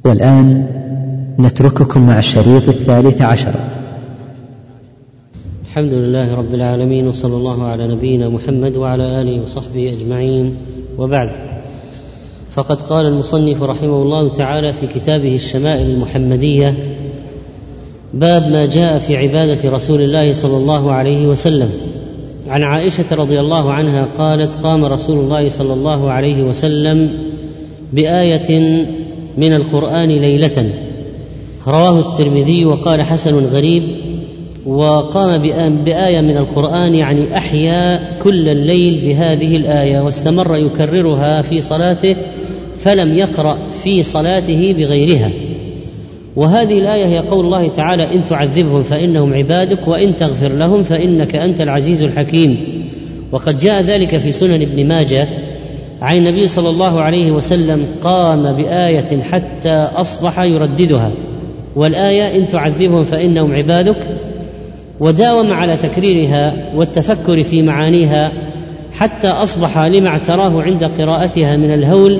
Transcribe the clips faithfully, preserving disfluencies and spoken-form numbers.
والآن نترككم مع الشريط الثالث عشر. الحمد لله رب العالمين، وصلى الله على نبينا محمد وعلى آله وصحبه أجمعين، وبعد. فقد قال المصنف رحمه الله تعالى في كتابه الشمائل المحمدية: باب ما جاء في عبادة رسول الله صلى الله عليه وسلم. عن عائشة رضي الله عنها قالت: قام رسول الله صلى الله عليه وسلم بآية من القرآن ليلة. رواه الترمذي وقال حسن غريب. وقام بآية من القرآن يعني أحيا كل الليل بهذه الآية، واستمر يكررها في صلاته، فلم يقرأ في صلاته بغيرها. وهذه الآية هي قول الله تعالى: إن تعذبهم فإنهم عبادك وإن تغفر لهم فإنك أنت العزيز الحكيم. وقد جاء ذلك في سنن ابن ماجه عن النبي صلى الله عليه وسلم: قام بآية حتى أصبح يرددها، والآية إن تعذبهم فإنهم عبادك، وداوم على تكريرها والتفكر في معانيها حتى أصبح لما اعتراه عند قراءتها من الهول،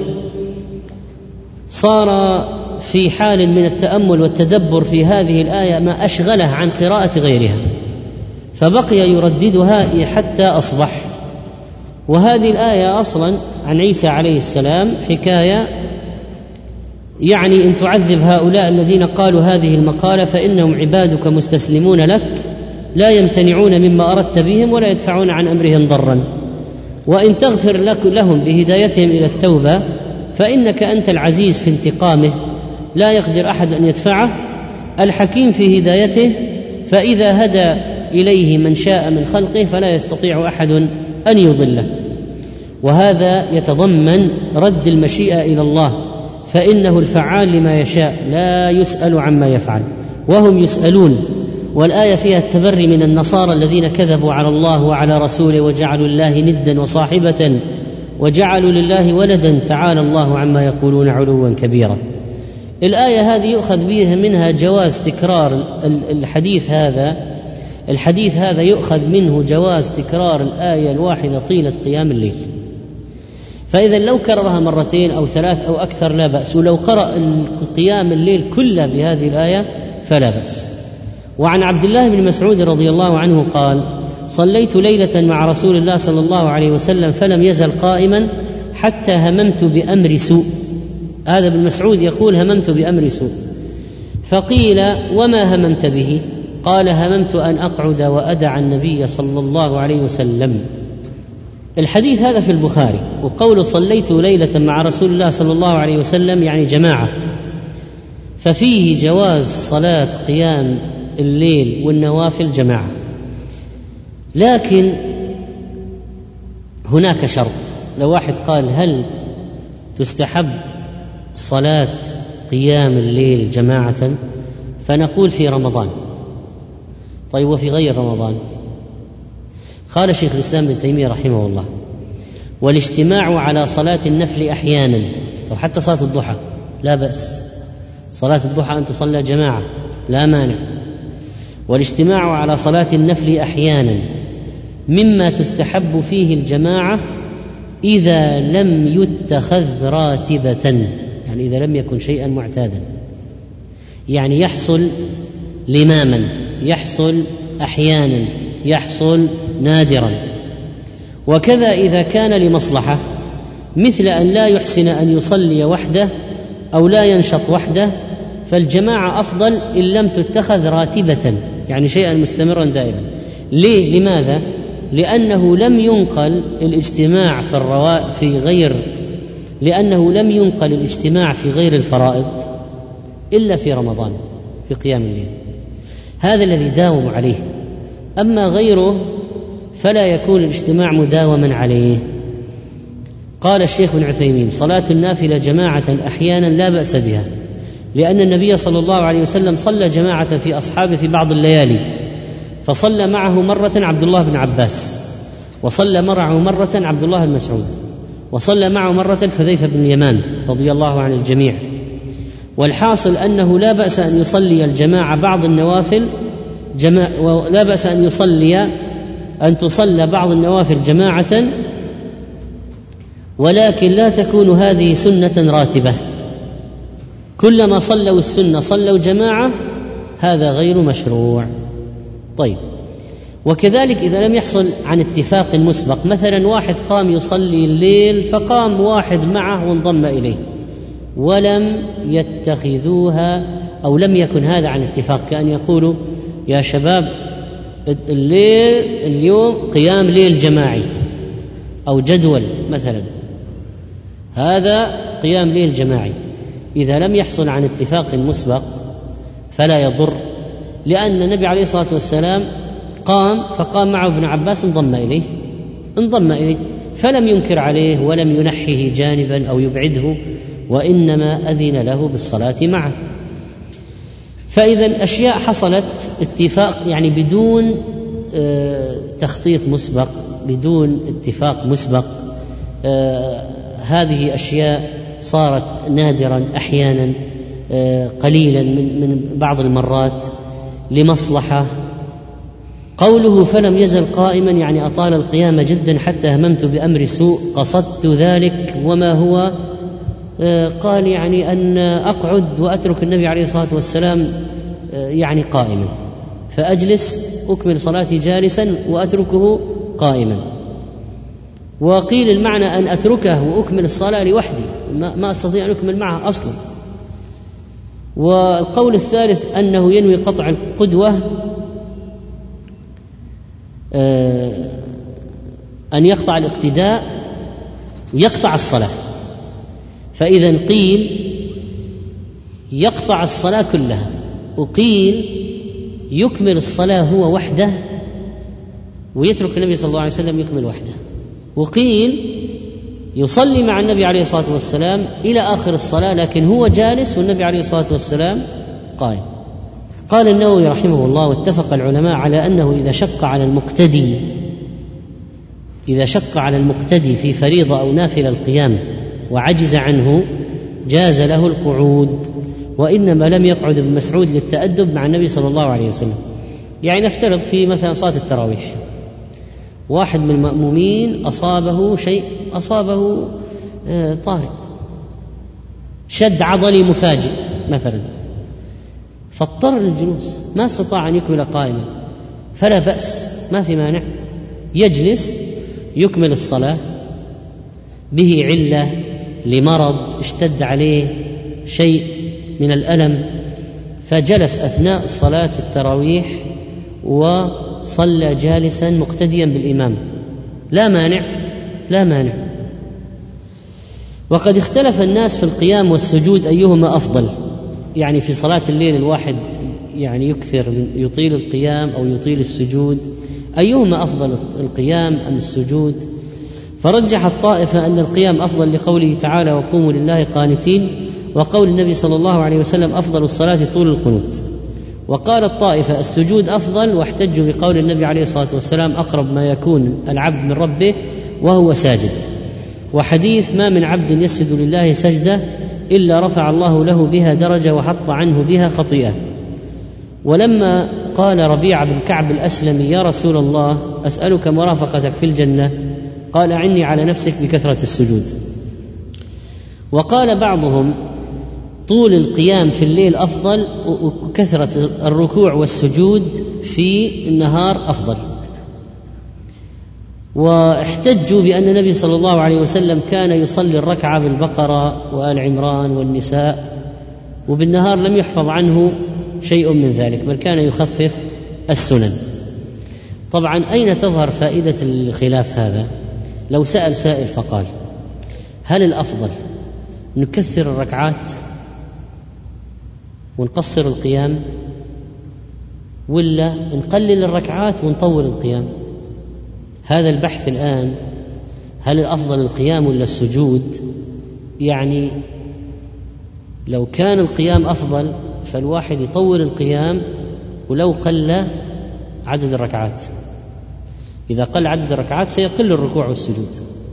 صار في حال من التأمل والتدبر في هذه الآية ما أشغله عن قراءة غيرها، فبقي يرددها حتى أصبح. وهذه الآية أصلا عن عيسى عليه السلام حكاية، يعني إن تعذب هؤلاء الذين قالوا هذه المقالة فإنهم عبادك مستسلمون لك، لا يمتنعون مما أردت بهم ولا يدفعون عن أمرهم ضرا، وإن تغفر لك لهم بهدايتهم إلى التوبة فإنك أنت العزيز في انتقامه، لا يقدر أحد أن يدفعه، الحكيم في هدايته، فإذا هدى إليه من شاء من خلقه فلا يستطيع أحد أن يضله. وهذا يتضمن رد المشيئة إلى الله، فإنه الفعال لما يشاء، لا يسأل عما يفعل وهم يسألون. والآية فيها التبري من النصارى الذين كذبوا على الله وعلى رسوله وجعلوا الله ندا وصاحبة وجعلوا لله ولدا، تعالى الله عما يقولون علوا كبيرا. الآية هذه يؤخذ بها منها جواز تكرار الحديث هذا الحديث هذا يؤخذ منه جواز تكرار الآية الواحدة طيلة قيام الليل، فإذا لو كررها مرتين أو ثلاث أو أكثر لا بأس، ولو قرأ قيام الليل كله بهذه الآية فلا بأس. وعن عبد الله بن مسعود رضي الله عنه قال: صليت ليلة مع رسول الله صلى الله عليه وسلم فلم يزل قائما حتى هممت بأمر سوء. هذا ابن مسعود يقول: هممت بأمر سوء. فقيل: وما هممت به؟ قال: هممت أن أقعد وأدع النبي صلى الله عليه وسلم. الحديث هذا في البخاري، وقول صليت ليلة مع رسول الله صلى الله عليه وسلم يعني جماعة، ففيه جواز صلاة قيام الليل والنوافل جماعة. لكن هناك شرط، لو واحد قال: هل تستحب صلاة قيام الليل جماعة؟ فنقول في رمضان. طيب وفي غير رمضان؟ قال شيخ الإسلام ابن تيمية رحمه الله: والاجتماع على صلاة النفل أحيانا. طب حتى صلاة الضحى لا بأس، صلاة الضحى أن تصلى جماعة لا مانع. والاجتماع على صلاة النفل أحيانا مما تستحب فيه الجماعة إذا لم يتخذ راتبة، يعني إذا لم يكن شيئا معتادا، يعني يحصل لماما، يحصل أحيانا، يحصل نادرا. وكذا إذا كان لمصلحة، مثل أن لا يحسن أن يصلي وحده أو لا ينشط وحده، فالجماعة أفضل إن لم تتخذ راتبة، يعني شيئا مستمرا دائما. ليه؟ لماذا؟ لأنه لم ينقل الاجتماع في الروا... في غير لأنه لم ينقل الاجتماع في غير الفرائض إلا في رمضان في قيام الليل، هذا الذي داوم عليه. أما غيره فلا يكون الاجتماع مداوما عليه. قال الشيخ ابن عثيمين: صلاة النافلة جماعة أحيانا لا بأس بها، لأن النبي صلى الله عليه وسلم صلى جماعة في أصحابه في بعض الليالي، فصلى معه مرة عبد الله بن عباس، وصلى معه مرة عبد الله بن مسعود، وصلى معه مرة حذيفة بن اليمان رضي الله عن الجميع. والحاصل أنه لا بأس أن يصلي الجماعة بعض النوافل جما... ولا بأس أن يصلي أن تصلى بعض النوافل جماعة، ولكن لا تكون هذه سنة راتبة، كلما صلوا السنة صلوا جماعة، هذا غير مشروع. طيب، وكذلك إذا لم يحصل عن اتفاق مسبق، مثلا واحد قام يصلي الليل فقام واحد معه وانضم إليه ولم يتخذوها أو لم يكن هذا عن اتفاق، كأن يقولوا يا شباب الليل اليوم قيام ليل جماعي أو جدول مثلا، هذا قيام ليل جماعي. إذا لم يحصل عن اتفاق مسبق فلا يضر، لأن النبي عليه الصلاة والسلام قام فقام معه ابن عباس انضم إليه انضم إليه فلم ينكر عليه ولم ينحيه جانبا أو يبعده، وإنما أذن له بالصلاة معه. فإذا أشياء حصلت اتفاق يعني بدون تخطيط مسبق، بدون اتفاق مسبق، هذه أشياء صارت نادرا أحيانا قليلا من من بعض المرات لمصلحة. قوله فلم يزل قائما يعني أطال القيام جدا حتى هممت بأمر سوء قصدت ذلك. وما هو؟ قال يعني أن أقعد وأترك النبي عليه الصلاة والسلام يعني قائما، فأجلس أكمل صلاتي جالسا وأتركه قائما. وقيل المعنى أن أتركه وأكمل الصلاة لوحدي، ما أستطيع أن أكمل معه أصلا. والقول الثالث أنه ينوي قطع القدوة، أن يقطع الاقتداء ويقطع الصلاة. فإذا قيل يقطع الصلاة كلها، وقيل يكمل الصلاة هو وحده ويترك النبي صلى الله عليه وسلم يكمل وحده، وقيل يصلي مع النبي عليه الصلاة والسلام إلى آخر الصلاة لكن هو جالس والنبي عليه الصلاة والسلام قائم. قال النووي رحمه الله واتفق العلماء على أنه إذا شق على المقتدي إذا شق على المقتدي في فريضة أو نافلة القيام وعجز عنه جاز له القعود، وإنما لم يقعد ابن مسعود للتأدب مع النبي صلى الله عليه وسلم. يعني نفترض في مثلا صلاة التراويح واحد من المأمومين أصابه شيء أصابه طارئ، شد عضلي مفاجئ مثلا، فاضطر للجلوس، ما استطاع أن يكمل قائما، فلا بأس، ما في مانع، يجلس يكمل الصلاة، به علة لمرض اشتد عليه شيء من الألم فجلس أثناء الصلاة التراويح وصلى جالسا مقتديا بالإمام، لا مانع لا مانع. وقد اختلف الناس في القيام والسجود أيهما أفضل، يعني في صلاة الليل الواحد يعني يكثر يطيل القيام أو يطيل السجود، أيهما أفضل القيام أم السجود؟ فرجح الطائفة أن القيام أفضل لقوله تعالى وقوموا لله قانتين، وقول النبي صلى الله عليه وسلم أفضل الصلاة طول القنوت. وقال الطائفة السجود أفضل، واحتجوا بقول النبي عليه الصلاة والسلام أقرب ما يكون العبد من ربه وهو ساجد، وحديث ما من عبد يسجد لله سجدة إلا رفع الله له بها درجة وحط عنه بها خطيئة. ولما قال ربيع بن كعب الأسلمي يا رسول الله أسألك مرافقتك في الجنة، قال أعني على نفسك بكثرة السجود. وقال بعضهم طول القيام في الليل أفضل وكثرة الركوع والسجود في النهار أفضل. واحتجوا بأن النبي صلى الله عليه وسلم كان يصلي الركعة بالبقرة وآل عمران والنساء، وبالنهار لم يحفظ عنه شيء من ذلك بل كان يخفف السنن. طبعا أين تظهر فائدة الخلاف هذا؟ لو سأل سائل فقال هل الأفضل نكثر الركعات ونقصر القيام، ولا نقلل الركعات ونطول القيام؟ هذا البحث الآن، هل الأفضل القيام ولا السجود؟ يعني لو كان القيام أفضل فالواحد يطول القيام ولو قل عدد الركعات، إذا قل عدد الركعات سيقل الركوع والسجود.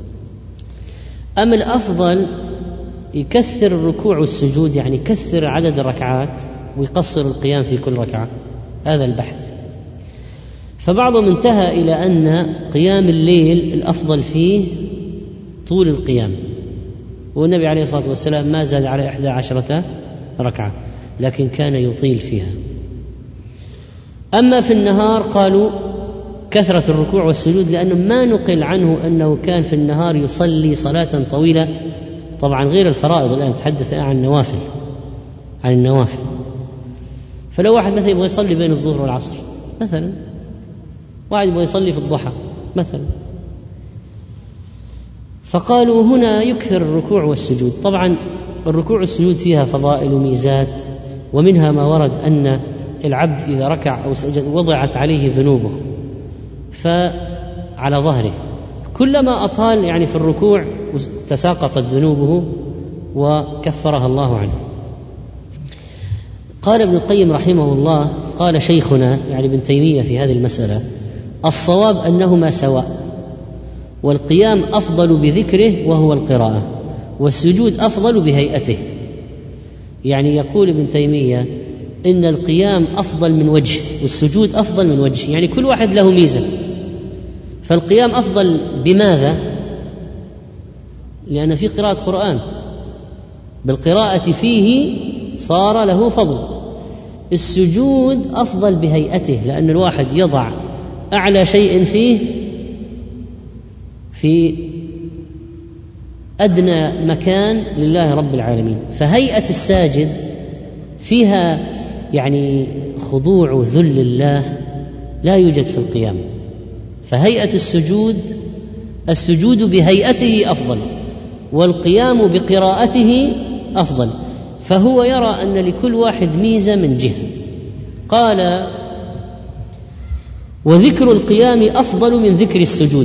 أم الأفضل يكثر الركوع والسجود، يعني يكثر عدد الركعات ويقصر القيام في كل ركعة؟ هذا البحث. فبعضهم انتهى إلى أن قيام الليل الأفضل فيه طول القيام، والنبي عليه الصلاة والسلام ما زاد على إحدى عشرة ركعة، لكن كان يطيل فيها. أما في النهار قالوا كثرة الركوع والسجود، لأنه ما نقل عنه أنه كان في النهار يصلي صلاة طويلة، طبعا غير الفرائض، الآن نتحدث عن النوافل عن النوافل فلو واحد مثلا يبغى يصلي بين الظهر والعصر مثلا، واحد يبغى يصلي في الضحى مثلا، فقالوا هنا يكثر الركوع والسجود. طبعا الركوع والسجود فيها فضائل وميزات، ومنها ما ورد أن العبد إذا ركع أو سجد وضعت عليه ذنوبه فعلى ظهره، كلما أطال يعني في الركوع تساقطت ذنوبه وكفرها الله عنه. قال ابن القيم رحمه الله، قال شيخنا يعني ابن تيمية في هذه المسألة: الصواب أنهما سواء، والقيام أفضل بذكره وهو القراءة، والسجود أفضل بهيئته. يعني يقول ابن تيمية إن القيام أفضل من وجه والسجود أفضل من وجه، يعني كل واحد له ميزة. فالقيام أفضل بماذا؟ لأن في قراءة قرآن، بالقراءة فيه صار له فضل. السجود أفضل بهيئته، لأن الواحد يضع أعلى شيء فيه في أدنى مكان لله رب العالمين، فهيئة الساجد فيها يعني خضوع وذل الله لا يوجد في القيام. فهيئة السجود السجود بهيئته أفضل، والقيام بقراءته أفضل، فهو يرى أن لكل واحد ميزة من جهة. قال: وذكر القيام أفضل من ذكر السجود.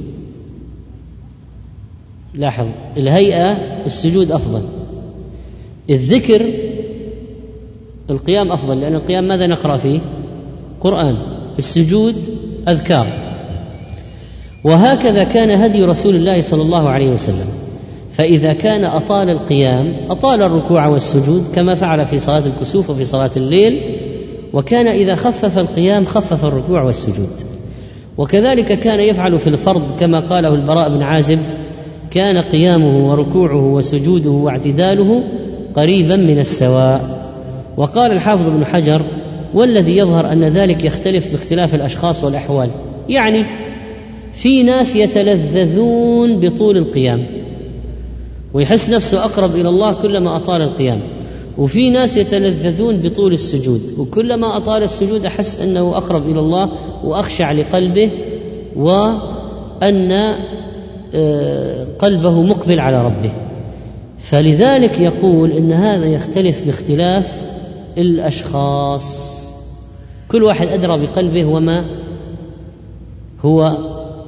لاحظ، الهيئة السجود أفضل، الذكر القيام أفضل، لأن القيام ماذا نقرأ فيه؟ قرآن، السجود أذكار. وهكذا كان هدي رسول الله صلى الله عليه وسلم، فإذا كان أطال القيام أطال الركوع والسجود كما فعل في صلاة الكسوف وفي صلاة الليل، وكان إذا خفف القيام خفف الركوع والسجود. وكذلك كان يفعل في الفرض كما قاله البراء بن عازب: كان قيامه وركوعه وسجوده واعتداله قريبا من السواء. وقال الحافظ ابن حجر: والذي يظهر أن ذلك يختلف باختلاف الأشخاص والأحوال. يعني في ناس يتلذذون بطول القيام ويحس نفسه أقرب إلى الله كلما أطال القيام، وفي ناس يتلذذون بطول السجود، وكلما أطال السجود أحس أنه أقرب إلى الله وأخشع لقلبه، وأن قلبه مقبل على ربه. فلذلك يقول إن هذا يختلف باختلاف الأشخاص، كل واحد أدرى بقلبه وما هو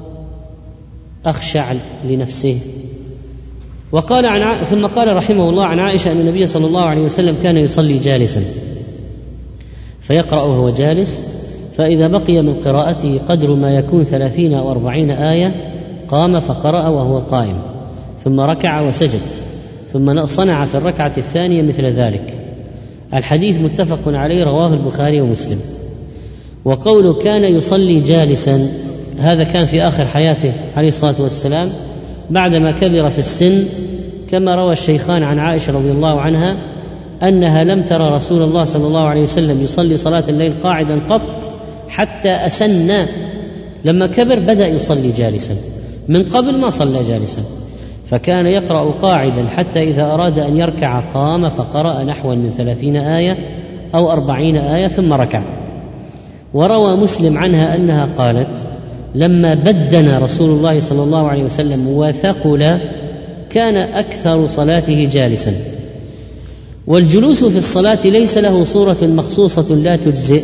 أخشع لنفسه. وقال عن ع... ثم قال رحمه الله عن عائشة أن النبي صلى الله عليه وسلم كان يصلي جالسا فيقرأ وهو جالس، فإذا بقي من قراءته قدر ما يكون ثلاثين أو أربعين آية قام فقرأ وهو قائم، ثم ركع وسجد، ثم صنع في الركعة الثانية مثل ذلك. الحديث متفق عليه، رواه البخاري ومسلم. وقوله كان يصلي جالسا، هذا كان في آخر حياته عليه الصلاة والسلام بعدما كبر في السن، كما روى الشيخان عن عائشة رضي الله عنها أنها لم ترى رسول الله صلى الله عليه وسلم يصلي صلاة الليل قاعدا قط حتى أسن، لما كبر بدأ يصلي جالسا، من قبل ما صلى جالسا، فكان يقرأ قاعدا حتى إذا أراد أن يركع قام فقرأ نحو من ثلاثين آية أو أربعين آية ثم ركع. وروى مسلم عنها أنها قالت: لما بدنا رسول الله صلى الله عليه وسلم وثقل كان أكثر صلاته جالسا. والجلوس في الصلاة ليس له صورة مخصوصة لا تجزئ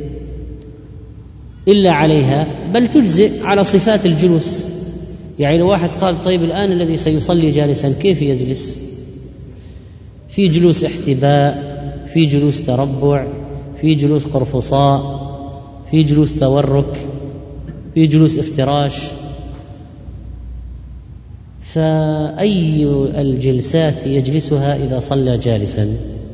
إلا عليها، بل تجزئ على صفات الجلوس. يعني لو واحد قال: طيب الآن الذي سيصلي جالسا كيف يجلس؟ في جلوس احتباء، في جلوس تربع، في جلوس قرفصاء، في جلوس تورك، في جلوس افتراش. فأي الجلسات يجلسها إذا صلى جالسا؟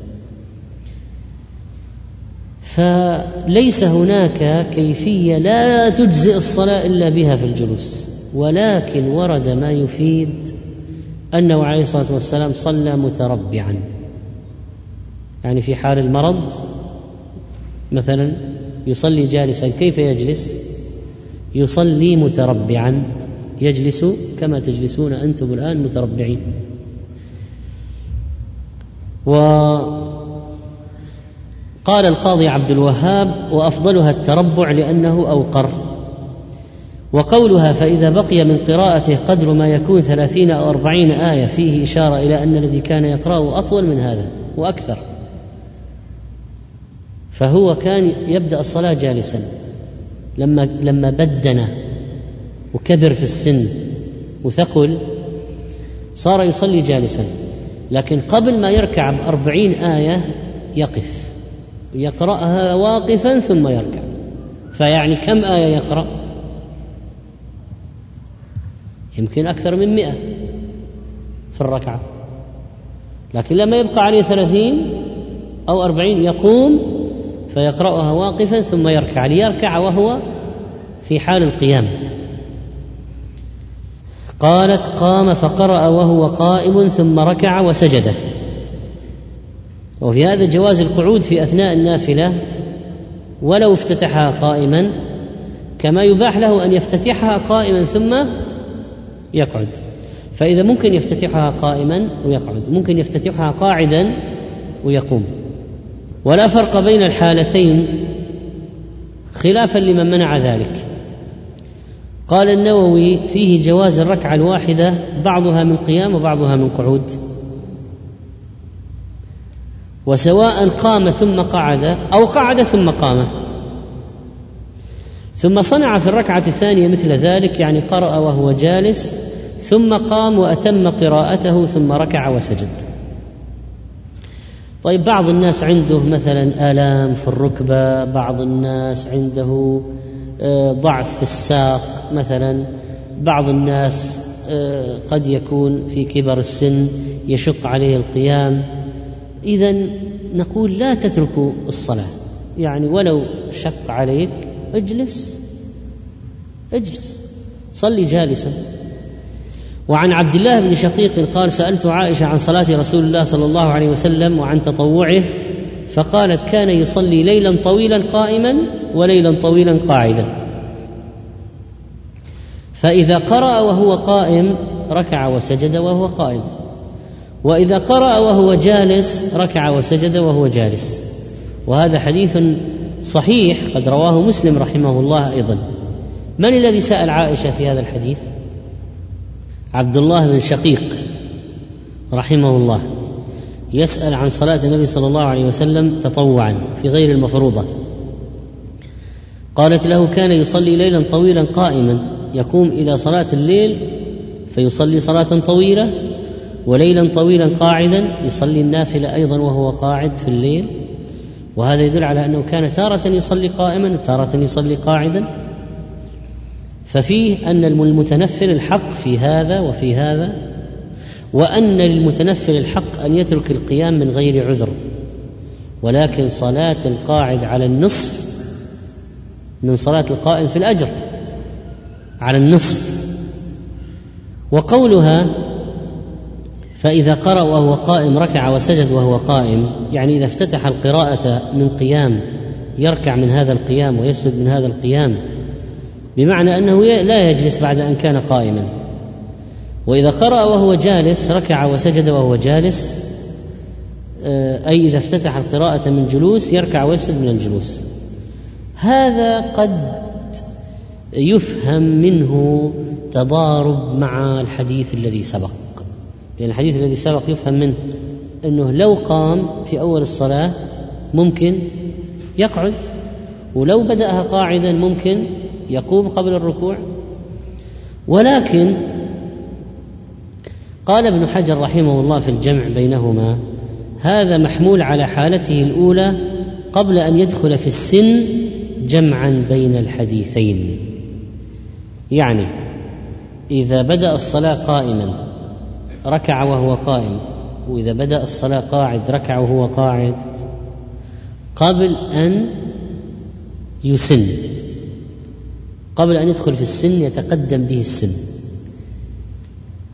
فليس هناك كيفية لا تجزئ الصلاة إلا بها في الجلوس، ولكن ورد ما يفيد أنه عليه الصلاة والسلام صلى متربعا، يعني في حال المرض مثلا يصلي جالسا، كيف يجلس؟ يصلي متربعا، يجلس كما تجلسون أنتم الآن متربعين. وقال القاضي عبد الوهاب: وأفضلها التربع لأنه أوقر. وقولها فإذا بقي من قراءته قدر ما يكون ثلاثين أو أربعين آية فيه إشارة إلى أن الذي كان يقرأه أطول من هذا وأكثر، فهو كان يبدأ الصلاة جالسا، لما لما بدن وكبر في السن وثقل صار يصلي جالسا، لكن قبل ما يركع بأربعين آية يقف يقرأها واقفا ثم يركع. فيعني كم آية يقرأ؟ يمكن أكثر من مئة في الركعة، لكن لما يبقى عليه ثلاثين أو أربعين يقوم فيقرأها واقفا ثم يركع، ليركع وهو في حال القيام. قالت: قام فقرأ وهو قائم ثم ركع وسجد. وفي هذا جواز القعود في أثناء النافلة ولو افتتحها قائما، كما يباح له أن يفتتحها قائما ثم يقعد. فإذا ممكن يفتتحها قائما ويقعد، ممكن يفتتحها قاعدا ويقوم، ولا فرق بين الحالتين خلافا لمن منع ذلك. قال النووي: فيه جواز الركعة الواحدة بعضها من قيام وبعضها من قعود، وسواء قام ثم قعد أو قعد ثم قام. ثم صنع في الركعة الثانية مثل ذلك، يعني قرأ وهو جالس ثم قام وأتم قراءته ثم ركع وسجد. طيب، بعض الناس عنده مثلا آلام في الركبة، بعض الناس عنده ضعف في الساق مثلا، بعض الناس قد يكون في كبر السن يشق عليه القيام. إذن نقول لا تتركوا الصلاة، يعني ولو شق عليك اجلس اجلس صلي جالسا. وعن عبد الله بن شقيق قال: سألت عائشة عن صلاة رسول الله صلى الله عليه وسلم وعن تطوعه، فقالت: كان يصلي ليلا طويلا قائما وليلا طويلا قاعدا، فإذا قرأ وهو قائم ركع وسجد وهو قائم، وإذا قرأ وهو جالس ركع وسجد وهو جالس. وهذا حديث صحيح قد رواه مسلم رحمه الله أيضا. من الذي سأل عائشة في هذا الحديث؟ عبد الله بن شقيق رحمه الله، يسأل عن صلاة النبي صلى الله عليه وسلم تطوعا في غير المفروضة. قالت له: كان يصلي ليلا طويلا قائما، يقوم إلى صلاة الليل فيصلي صلاة طويلة، وليلا طويلا قاعدا، يصلي النافلة أيضا وهو قاعد في الليل. وهذا يدل على أنه كان تارة يصلي قائما وتارة يصلي قاعدا. ففيه أن المتنفل الحق في هذا وفي هذا، وأن للمتنفل الحق أن يترك القيام من غير عذر، ولكن صلاة القاعد على النصف من صلاة القائم في الأجر، على النصف. وقولها فإذا قرأ وهو قائم ركع وسجد وهو قائم، يعني إذا افتتح القراءة من قيام يركع من هذا القيام ويسجد من هذا القيام، بمعنى أنه لا يجلس بعد أن كان قائما. وإذا قرأ وهو جالس ركع وسجد وهو جالس، أي إذا افتتح القراءة من جلوس يركع ويسجد من الجلوس. هذا قد يفهم منه تضارب مع الحديث الذي سبق، لأن الحديث الذي سبق يفهم منه أنه لو قام في أول الصلاة ممكن يقعد، ولو بدأها قاعدا ممكن يقوم قبل الركوع. ولكن قال ابن حجر رحمه الله في الجمع بينهما: هذا محمول على حالته الأولى قبل أن يدخل في السن جمعا بين الحديثين. يعني إذا بدأ الصلاة قائما ركع وهو قائم، وإذا بدأ الصلاة قاعد ركع وهو قاعد، قبل أن يسن، قبل أن يدخل في السن يتقدم به السن.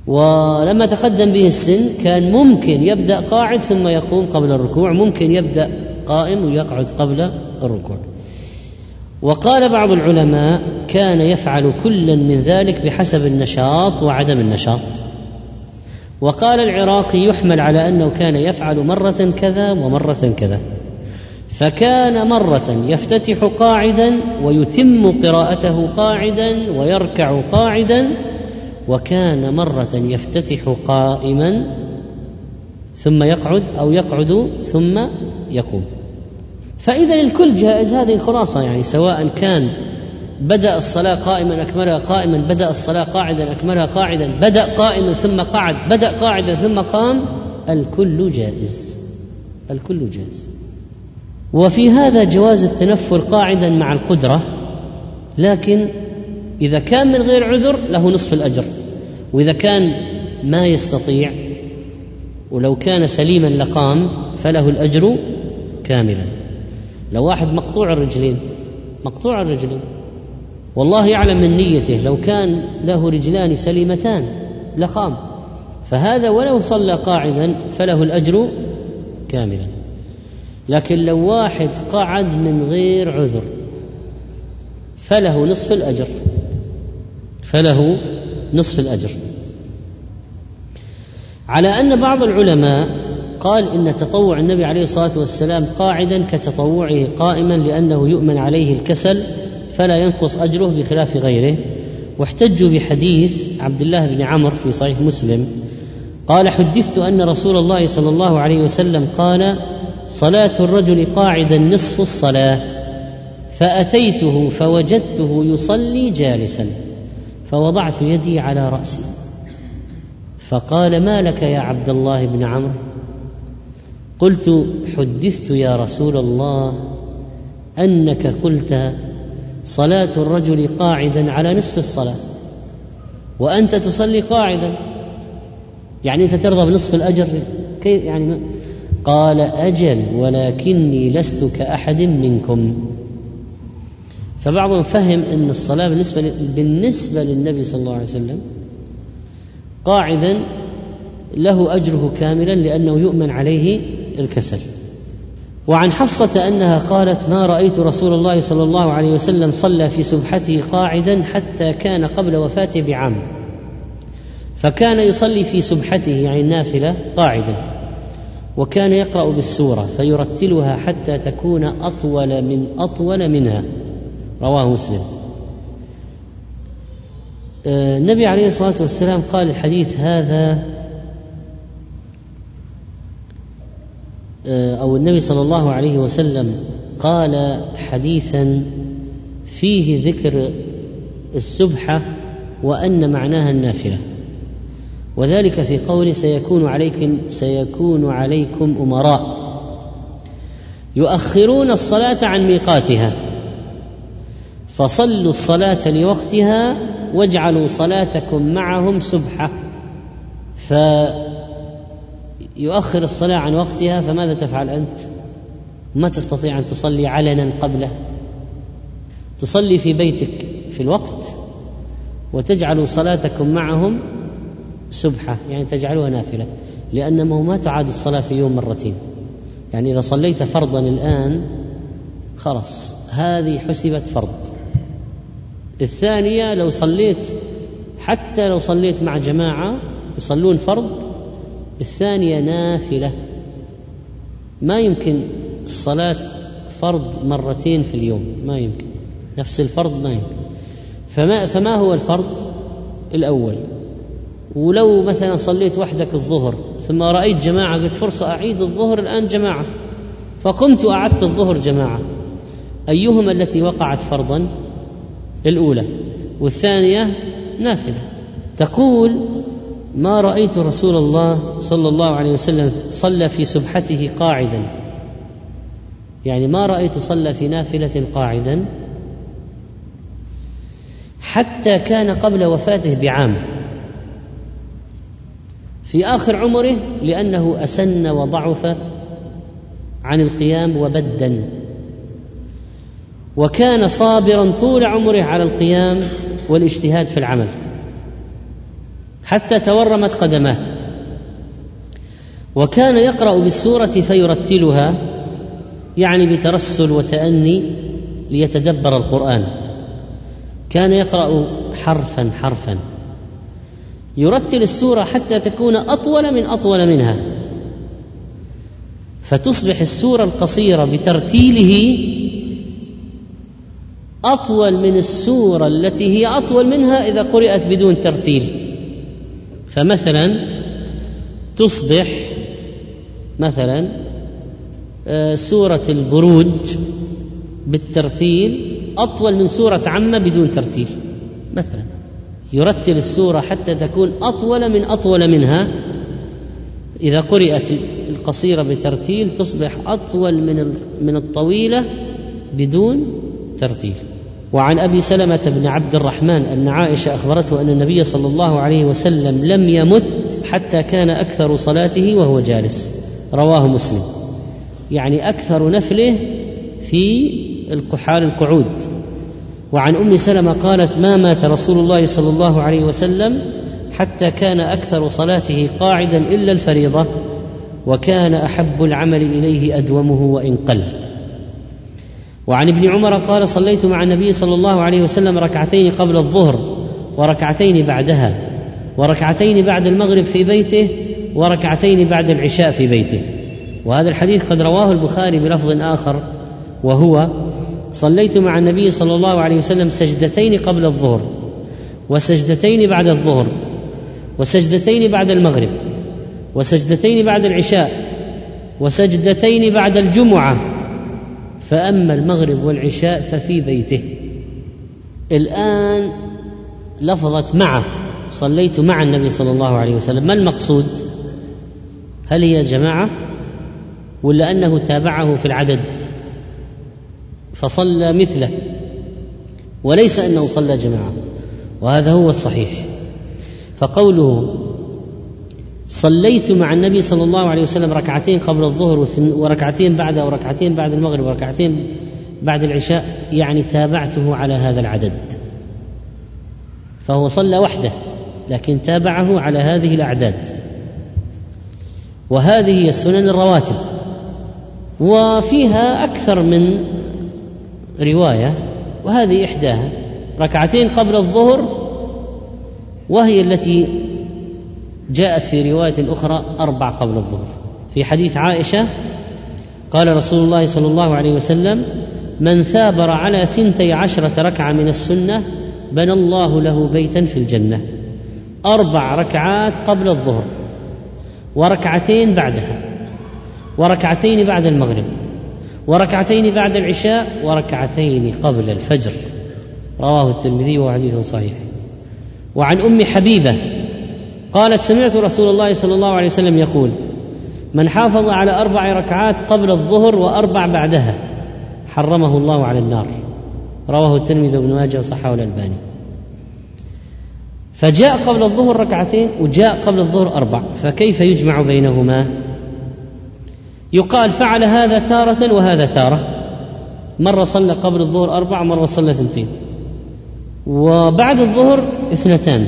ولما تقدم به السن كان ممكن يبدأ قاعد ثم يقوم قبل الركوع، ممكن يبدأ قائم ويقعد قبل الركوع. وقال بعض العلماء كان يفعل كلا من ذلك بحسب النشاط وعدم النشاط. وقال العراقي يحمل على أنه كان يفعل مرة كذا ومرة كذا، فكان مرة يفتتح قاعدا ويتم قراءته قاعدا ويركع قاعدا، وكان مرة يفتتح قائما ثم يقعد أو يقعد ثم يقوم. فإذا الكل جائز، هذه الخلاصة، يعني سواء كان بدأ الصلاة قائما أكملها قائما، بدأ الصلاة قاعدا أكملها قاعدا، بدأ قائما ثم قعد، بدأ قاعدا ثم قام، الكل جائز، الكل جائز. وفي هذا جواز التنفل قاعدا مع القدرة، لكن إذا كان من غير عذر له نصف الأجر، وإذا كان ما يستطيع ولو كان سليما لقام فله الأجر كاملا. لو واحد مقطوع الرجلين مقطوع الرجلين والله يعلم من نيته، لو كان له رجلان سليمتان لقام، فهذا ولو صلى قاعدا فله الأجر كاملا. لكن لو واحد قعد من غير عذر فله نصف الأجر، فله نصف الأجر. على أن بعض العلماء قال إن تطوع النبي عليه الصلاة والسلام قاعدا كتطوعه قائما، لأنه يؤمن عليه الكسل فلا ينقص أجره بخلاف غيره. واحتجوا بحديث عبد الله بن عمرو في صحيح مسلم قال: حدثت أن رسول الله صلى الله عليه وسلم قال: صلاة الرجل قاعدا نصف الصلاة، فأتيته فوجدته يصلي جالسا فوضعت يدي على رأسي فقال: ما لك يا عبد الله بن عمرو؟ قلت: حدثت يا رسول الله أنك قلت صلاة الرجل قاعدا على نصف الصلاة وأنت تصلي قاعدا، يعني أنت ترضى بنصف الأجر كيف يعني؟ قال: أجل ولكني لست كأحد منكم. فبعضهم فهم أن الصلاة بالنسبة, بالنسبة للنبي صلى الله عليه وسلم قاعدا له أجره كاملا لأنه يؤمن عليه الكسل. وعن حفصة أنها قالت: ما رأيت رسول الله صلى الله عليه وسلم صلى في سبحته قاعدا حتى كان قبل وفاته بعام، فكان يصلي في سبحته يعني النافلة قاعدا، وكان يقرأ بالسورة فيرتلها حتى تكون أطول من أطول منها، رواه مسلم. النبي عليه الصلاة والسلام قال الحديث هذا، أو النبي صلى الله عليه وسلم قال حديثا فيه ذكر السبحة وأن معناها النافلة، وذلك في قوله: سيكون عليكم سيكون عليكم أمراء يؤخرون الصلاة عن ميقاتها فصلوا الصلاة لوقتها واجعلوا صلاتكم معهم سبحة. فيؤخر الصلاة عن وقتها، فماذا تفعل أنت؟ ما تستطيع أن تصلي علنا قبله، تصلي في بيتك في الوقت وتجعلوا صلاتكم معهم سبحة، يعني تجعلوها نافلة، لأنه ما تعاد الصلاة في يوم مرتين. يعني إذا صليت فرضا الآن خلاص هذه حسبت فرض. الثانية لو صليت حتى لو صليت مع جماعة يصلون فرض، الثانية نافلة، ما يمكن الصلاة فرض مرتين في اليوم، ما يمكن نفس الفرض، ما يمكن. فما, فما هو الفرض الأول؟ ولو مثلا صليت وحدك الظهر ثم رأيت جماعة قلت فرصة أعيد الظهر الآن جماعة، فقمت وأعدت الظهر جماعة، أيهما التي وقعت فرضا؟ الأولى، والثانية نافلة. تقول: ما رأيت رسول الله صلى الله عليه وسلم صلى في سبحته قاعدا، يعني ما رأيت صلى في نافلة قاعدا حتى كان قبل وفاته بعام في آخر عمره، لأنه أسن وضعف عن القيام وبدا، وكان صابرا طول عمره على القيام والاجتهاد في العمل حتى تورمت قدماه، وكان يقرأ بالسورة فيرتلها، يعني بترسل وتأني ليتدبر القرآن. كان يقرأ حرفا حرفا، يرتل السورة حتى تكون أطول من أطول منها، فتصبح السورة القصيرة بترتيله أطول من السورة التي هي أطول منها إذا قرأت بدون ترتيل. فمثلا تصبح مثلا سورة البروج بالترتيل أطول من سورة عامة بدون ترتيل. مثلا يرتل السورة حتى تكون أطول من أطول منها، إذا قرأت القصيرة بترتيل تصبح أطول من من الطويلة بدون ترتيل. وعن أبي سلمة بن عبد الرحمن أن عائشة أخبرته أن النبي صلى الله عليه وسلم لم يمت حتى كان أكثر صلاته وهو جالس، رواه مسلم. يعني أكثر نفله في القحال القعود. وعن أم سلمة قالت: ما مات رسول الله صلى الله عليه وسلم حتى كان أكثر صلاته قاعدا إلا الفريضة، وكان أحب العمل إليه أدومه وإن قل. وعن ابن عمر قال: صليت مع النبي صلى الله عليه وسلم ركعتين قبل الظهر وركعتين بعدها، وركعتين بعد المغرب في بيته، وركعتين بعد العشاء في بيته. وهذا الحديث قد رواه البخاري بلفظ آخر، وهو: صليت مع النبي صلى الله عليه وسلم سجدتين قبل الظهر، وسجدتين بعد الظهر، وسجدتين بعد المغرب، وسجدتين بعد العشاء، وسجدتين بعد الجمعة، فأما المغرب والعشاء ففي بيته. الآن لفظت مع، صليت مع النبي صلى الله عليه وسلم، ما المقصود؟ هل هي جماعة ولا أنه تابعه في العدد فصلى مثله، وليس أنه صلى جماعة؟ وهذا هو الصحيح. فقوله صليت مع النبي صلى الله عليه وسلم ركعتين قبل الظهر وركعتين بعده، وركعتين بعد المغرب، وركعتين بعد العشاء، يعني تابعته على هذا العدد. فهو صلى وحده لكن تابعه على هذه الأعداد. وهذه هي السنن الرواتب، وفيها أكثر من رواية، وهذه إحداها ركعتين قبل الظهر، وهي التي جاءت في رواية أخرى أربع قبل الظهر. في حديث عائشة قال رسول الله صلى الله عليه وسلم: من ثابر على ثنتي عشرة ركعة من السنة بنى الله له بيتا في الجنة. أربع ركعات قبل الظهر، وركعتين بعدها، وركعتين بعد المغرب، وركعتين بعد العشاء، وركعتين قبل الفجر. رواه الترمذي وهو حديث صحيح. وعن أم حبيبة قالت: سمعت رسول الله صلى الله عليه وسلم يقول: من حافظ على أربع ركعات قبل الظهر وأربع بعدها حرمه الله على النار. رواه الترمذي وابن ماجه وصححه الألباني. فجاء قبل الظهر ركعتين وجاء قبل الظهر أربع، فكيف يجمع بينهما؟ يقال فعل هذا تارة وهذا تارة، مرة صلى قبل الظهر أربع ومرة صلى ثنتين، وبعد الظهر اثنتان،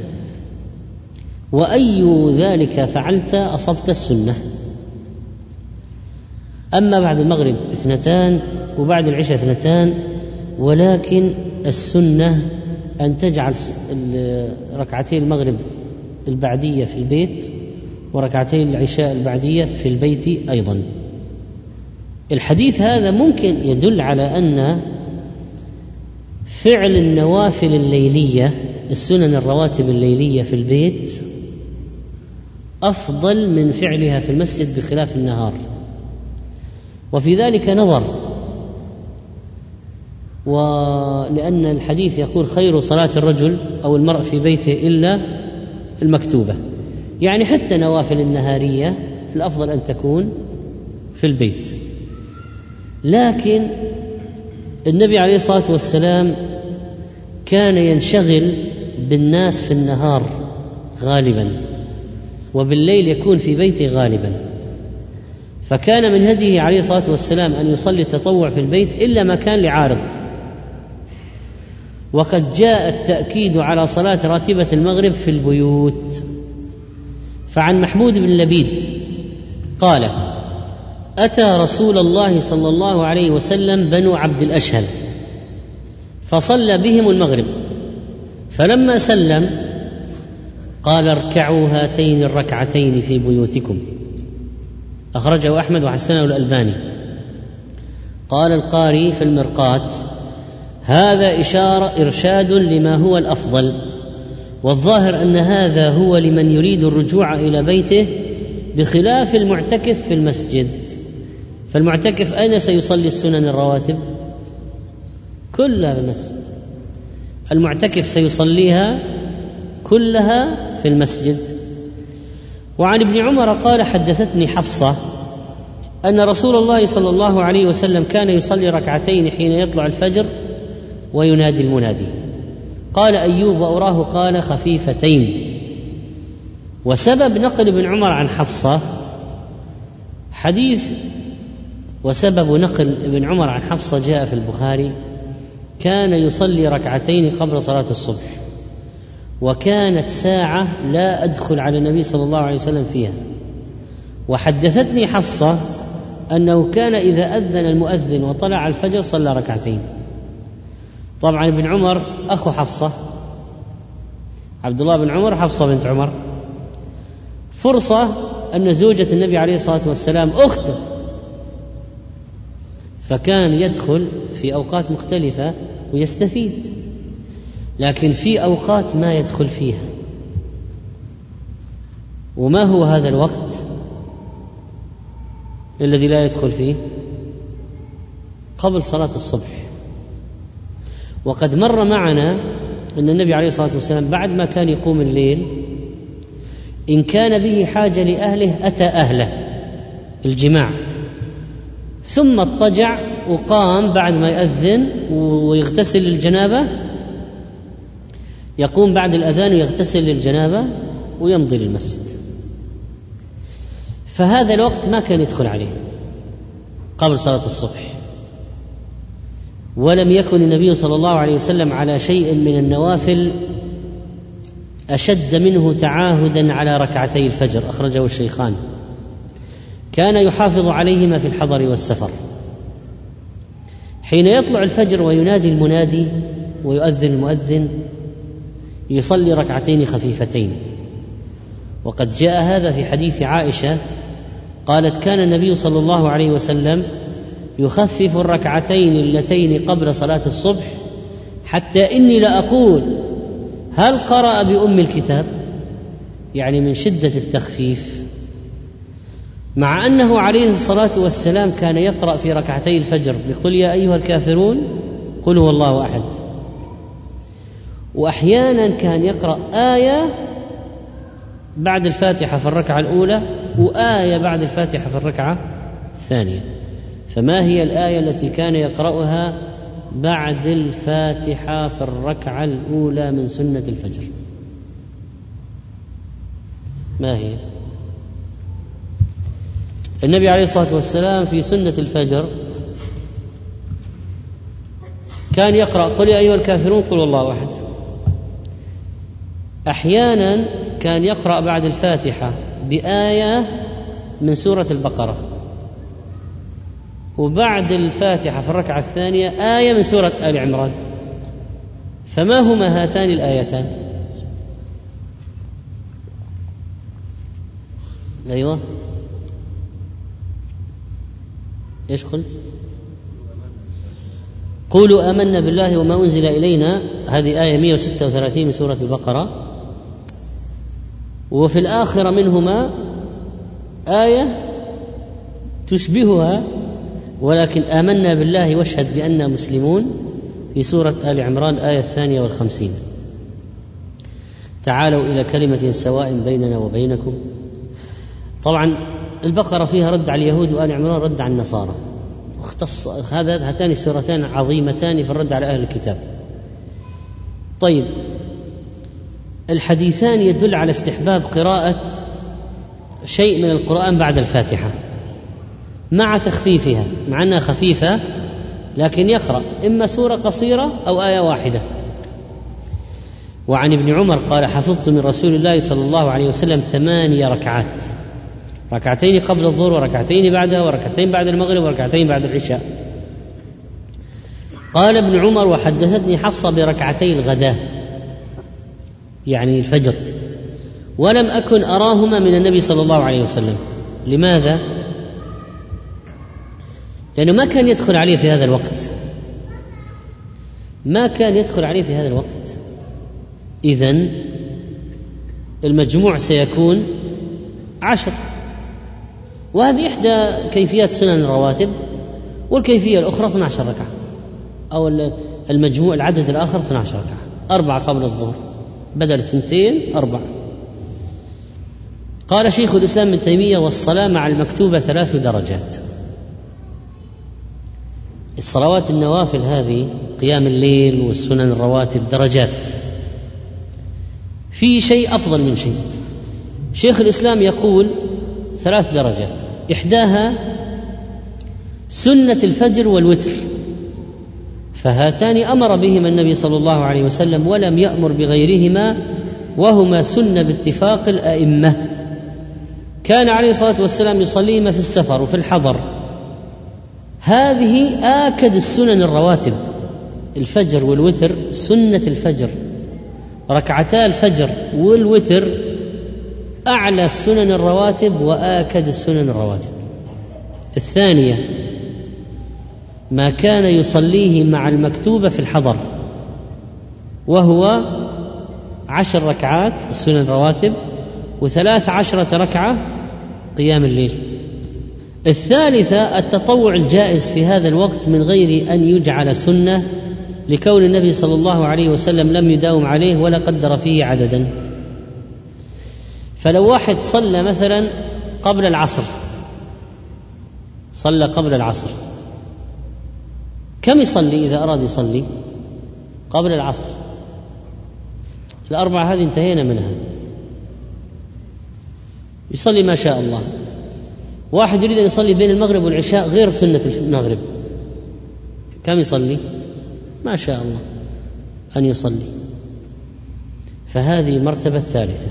وأي ذلك فعلت أصبت السنة. أما بعد المغرب اثنتان، وبعد العشاء اثنتان، ولكن السنة أن تجعل ركعتين المغرب البعدية في البيت، وركعتين العشاء البعدية في البيت أيضا. الحديث هذا ممكن يدل على أن فعل النوافل الليلية، السنن الرواتب الليلية في البيت، أفضل من فعلها في المسجد بخلاف النهار. وفي ذلك نظر، ولأن الحديث يقول: خير صلاة الرجل أو المرء في بيته إلا المكتوبة، يعني حتى نوافل النهارية الأفضل أن تكون في البيت. لكن النبي عليه الصلاة والسلام كان ينشغل بالناس في النهار غالبا، وبالليل يكون في بيته غالبا، فكان من هديه عليه الصلاة والسلام أن يصلي التطوع في البيت إلا ما كان لعارض. وقد جاء التأكيد على صلاة راتبة المغرب في البيوت. فعن محمود بن لبيد قال: أتى رسول الله صلى الله عليه وسلم بنو عبد الأشهل فصلى بهم المغرب، فلما سلم قال: اركعوا هاتين الركعتين في بيوتكم. أخرجه أحمد وحسنه الألباني. قال القاري في المرقاة: هذا إشارة إرشاد لما هو الأفضل، والظاهر أن هذا هو لمن يريد الرجوع إلى بيته، بخلاف المعتكف في المسجد. فالمعتكف أين سيصلي السنن الرواتب؟ كلها في المسجد. المعتكف سيصليها كلها في المسجد. وعن ابن عمر قال: حدثتني حفصة أن رسول الله صلى الله عليه وسلم كان يصلي ركعتين حين يطلع الفجر وينادي المنادي. قال أيوب: وأراه قال خفيفتين. وسبب نقل ابن عمر عن حفصة حديث وسبب نقل ابن عمر عن حفصة جاء في البخاري: كان يصلي ركعتين قبل صلاة الصبح، وكانت ساعة لا أدخل على النبي صلى الله عليه وسلم فيها. وحدثتني حفصة أنه كان إذا أذن المؤذن وطلع الفجر صلى ركعتين. طبعا ابن عمر أخو حفصة، عبد الله بن عمر، حفصة بنت عمر. فرصة أن زوجة النبي عليه الصلاة والسلام أخته، فكان يدخل في أوقات مختلفة ويستفيد، لكن في أوقات ما يدخل فيها. وما هو هذا الوقت الذي لا يدخل فيه؟ قبل صلاة الصبح. وقد مر معنا أن النبي عليه الصلاة والسلام بعد ما كان يقوم الليل إن كان به حاجة لأهله أتى أهله الجماع، ثم اضطجع وقام بعد ما يأذن ويغتسل للجنابة، يقوم بعد الأذان ويغتسل للجنابة ويمضي للمسجد. فهذا الوقت ما كان يدخل عليه قبل صلاة الصبح. ولم يكن النبي صلى الله عليه وسلم على شيء من النوافل أشد منه تعاهدا على ركعتي الفجر، أخرجه الشيخان. كان يحافظ عليهما في الحضر والسفر. حين يطلع الفجر وينادي المنادي ويؤذن المؤذن يصلي ركعتين خفيفتين. وقد جاء هذا في حديث عائشة قالت: كان النبي صلى الله عليه وسلم يخفف الركعتين اللتين قبل صلاة الصبح حتى إني لأقول هل قرأ بأم الكتاب، يعني من شدة التخفيف، مع أنه عليه الصلاة والسلام كان يقرأ في ركعتي الفجر بقل يا أيها الكافرون، قل هو الله أحد. وأحيانا كان يقرأ آية بعد الفاتحة في الركعة الأولى وآية بعد الفاتحة في الركعة الثانية. فما هي الآية التي كان يقرأها بعد الفاتحة في الركعة الأولى من سنة الفجر؟ ما هي؟ النبي عليه الصلاة والسلام في سنة الفجر كان يقرأ قل يا أيها الكافرون قل الله أحد. أحيانا كان يقرأ بعد الفاتحة بآية من سورة البقرة، وبعد الفاتحة في الركعة الثانية آية من سورة آل عمران. فما هما هاتان الآيتان؟ أيوة، إيش قلت؟ قولوا آمنا بالله وما أنزل إلينا، هذه آية مئة وستة وثلاثين من سورة البقرة. وفي الآخرة منهما آية تشبهها ولكن آمنا بالله واشهد بأننا مسلمون في سورة آل عمران آية الثانية والخمسين. تعالوا إلى كلمة سواء بيننا وبينكم. طبعا البقرة فيها رد على اليهود وآل عمران رد على النصارى. اختص هذا هاتان السورتان عظيمتان في الرد على أهل الكتاب. طيب، الحديثان يدل على استحباب قراءة شيء من القرآن بعد الفاتحة مع تخفيفها، مع أنها خفيفة لكن يقرأ إما سورة قصيرة أو آية واحدة وعن ابن عمر قال حفظت من رسول الله صلى الله عليه وسلم ثمانية ركعات، ركعتين قبل الظهر وركعتين بعدها وركعتين بعد المغرب وركعتين بعد العشاء. قال ابن عمر وحدثتني حفصة بركعتي الغداء يعني الفجر، ولم أكن أراهما من النبي صلى الله عليه وسلم. لماذا؟ لأنه ما كان يدخل عليه في هذا الوقت، ما كان يدخل عليه في هذا الوقت. إذن المجموع سيكون عشر، وهذه إحدى كيفيات سنن الرواتب، والكيفية الأخرى اثنتا عشرة ركعة، أو المجموع العدد الآخر اثنتا عشرة ركعة، أربعة قبل الظهر بدل اثنتين أربعة. قال شيخ الإسلام ابن تيمية والصلاة مع المكتوبة ثلاث درجات. الصلوات النوافل هذه قيام الليل والسنن الرواتب درجات، في شيء أفضل من شيء. شيخ الإسلام يقول ثلاث درجات، إحداها سنة الفجر والوتر، فهاتان أمر بهما النبي صلى الله عليه وسلم ولم يأمر بغيرهما، وهما سنة باتفاق الأئمة. كان عليه الصلاة والسلام يصليهما في السفر وفي الحضر. هذه آكد السنن الرواتب، الفجر والوتر. سنة الفجر ركعتا الفجر والوتر أعلى السنن الرواتب وآكد السنن الرواتب. الثانية ما كان يصليه مع المكتوبة في الحضر، وهو عشر ركعات السنن الرواتب وثلاث عشرة ركعة قيام الليل. الثالثة التطوع الجائز في هذا الوقت من غير أن يجعل سنة، لكون النبي صلى الله عليه وسلم لم يداوم عليه ولا قدر فيه عددا. فلو واحد صلى مثلا قبل العصر، صلى قبل العصر، كم يصلي إذا أراد يصلي قبل العصر؟ الأربعة هذه انتهينا منها، يصلي ما شاء الله. واحد يريد أن يصلي بين المغرب والعشاء غير سنة المغرب، كم يصلي؟ ما شاء الله أن يصلي. فهذه المرتبة الثالثة.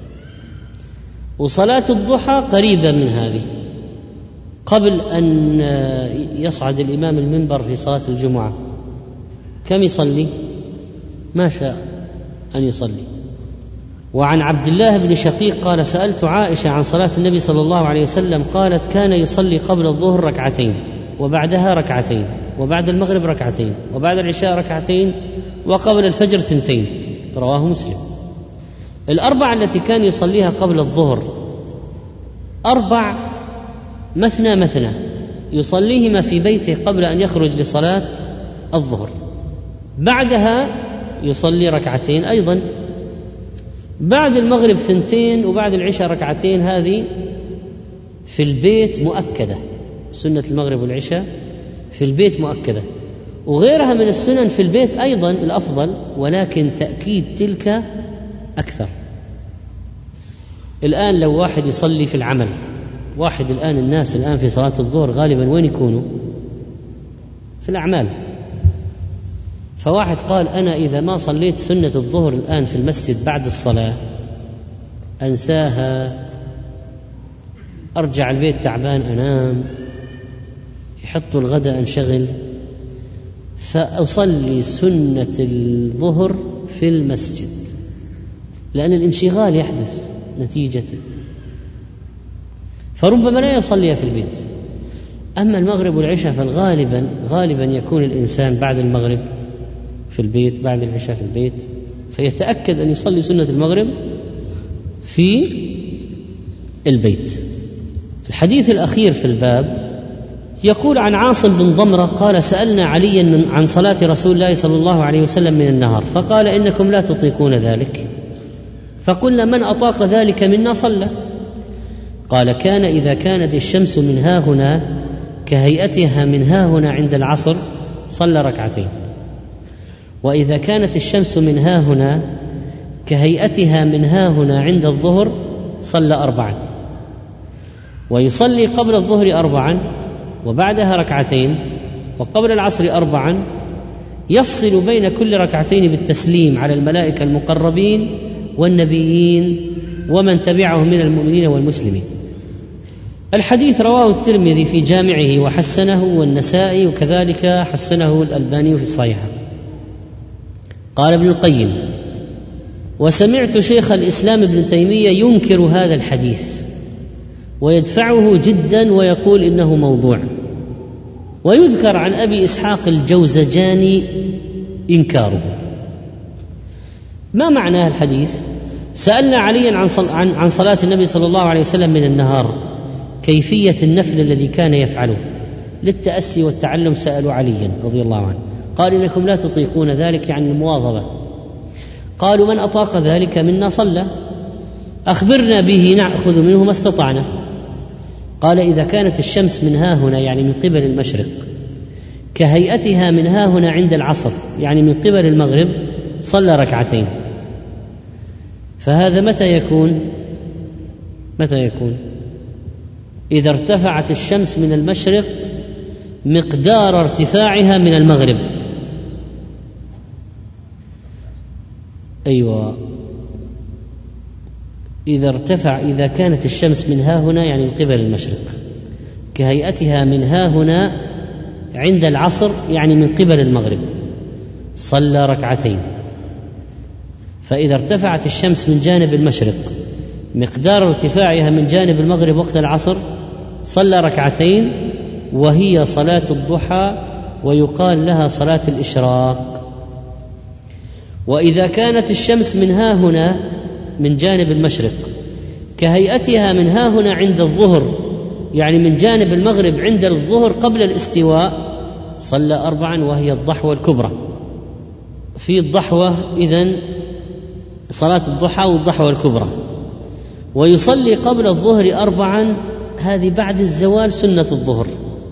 وصلاة الضحى قريبة من هذه، قبل أن يصعد الإمام المنبر في صلاة الجمعة كم يصلي؟ ما شاء أن يصلي. وعن عبد الله بن شقيق قال سألت عائشة عن صلاة النبي صلى الله عليه وسلم، قالت كان يصلي قبل الظهر ركعتين، وبعدها ركعتين، وبعد المغرب ركعتين، وبعد العشاء ركعتين، وقبل الفجر ثنتين. رواه مسلم. الأربع التي كان يصليها قبل الظهر أربع مثنى مثنى يصليهما في بيته قبل أن يخرج لصلاة الظهر، بعدها يصلي ركعتين أيضا، بعد المغرب ثنتين، وبعد العشاء ركعتين. هذه في البيت مؤكدة، سنة المغرب والعشاء في البيت مؤكدة، وغيرها من السنن في البيت أيضا الأفضل، ولكن تأكيد تلك أكثر. الآن لو واحد يصلي في العمل، واحد الآن الناس الآن في صلاة الظهر غالبا وين يكونوا؟ في الأعمال. فواحد قال أنا إذا ما صليت سنة الظهر الآن في المسجد بعد الصلاة أنساها، أرجع البيت تعبان أنام، يحطوا الغداء أنشغل، فأصلي سنة الظهر في المسجد، لأن الانشغال يحدث نتيجته، فربما لا يصليها في البيت. أما المغرب والعشاء فالغالبا غالبا يكون الإنسان بعد المغرب في البيت، بعد العشاء في البيت، فيتأكد أن يصلي سنة المغرب في البيت. الحديث الأخير في الباب يقول عن عاصم بن ضمرة قال سألنا عليا من عن صلاة رسول الله صلى الله عليه وسلم من النهار، فقال إنكم لا تطيقون ذلك، فقلنا من أطاق ذلك منا صلى. قال كان إذا كانت الشمس من ها هنا كهيئتها من ها هنا عند العصر صلى ركعتين، وإذا كانت الشمس من ها هنا كهيئتها من ها هنا عند الظهر صلى أربعا، ويصلي قبل الظهر أربعا، وبعدها ركعتين، وقبل العصر أربعا، يفصل بين كل ركعتين بالتسليم على الملائكة المقربين والنبيين ومن تبعهم من المؤمنين والمسلمين. الحديث رواه الترمذي في جامعه وحسنه، والنسائي وكذلك حسنه الألباني في الصحيحة. قال ابن القيم: وسمعت شيخ الإسلام ابن تيمية ينكر هذا الحديث ويدفعه جدا ويقول إنه موضوع. ويذكر عن أبي إسحاق الجوزجاني إنكاره. ما معنى الحديث؟ سألنا عليا عن عن عن صلاة النبي صلى الله عليه وسلم من النهار، كيفية النفل الذي كان يفعله. للتأسي والتعلم سألوا عليا رضي الله عنه، قال: إنكم لا تطيقون ذلك، يعني المواظبة. قالوا: من أطاق ذلك منا صلى، أخبرنا به نأخذ منه ما استطعنا. قال: إذا كانت الشمس من ها هنا، يعني من قبل المشرق، كهيئتها من ها هنا عند العصر، يعني من قبل المغرب، صلى ركعتين. فهذا متى يكون؟ متى يكون؟ إذا ارتفعت الشمس من المشرق مقدار ارتفاعها من المغرب. أيوة، إذا ارتفع إذا كانت الشمس من ها هنا، يعني من قبل المشرق، كهيئتها من ها هنا عند العصر، يعني من قبل المغرب، صلى ركعتين. فإذا ارتفعت الشمس من جانب المشرق مقدار ارتفاعها من جانب المغرب وقت العصر، صلى ركعتين، وهي صلاة الضحى، ويقال لها صلاة الإشراق. وإذا كانت الشمس من ها هنا من جانب المشرق كهيئتها من ها هنا عند الظهر، يعني من جانب المغرب عند الظهر قبل الاستواء، صلى أربعا، وهي الضحوة الكبرى. في الضحوة إذن صلاة الضحى والضحوة الكبرى. ويصلي قبل الظهر أربعا، هذه بعد الزوال سنة الظهر،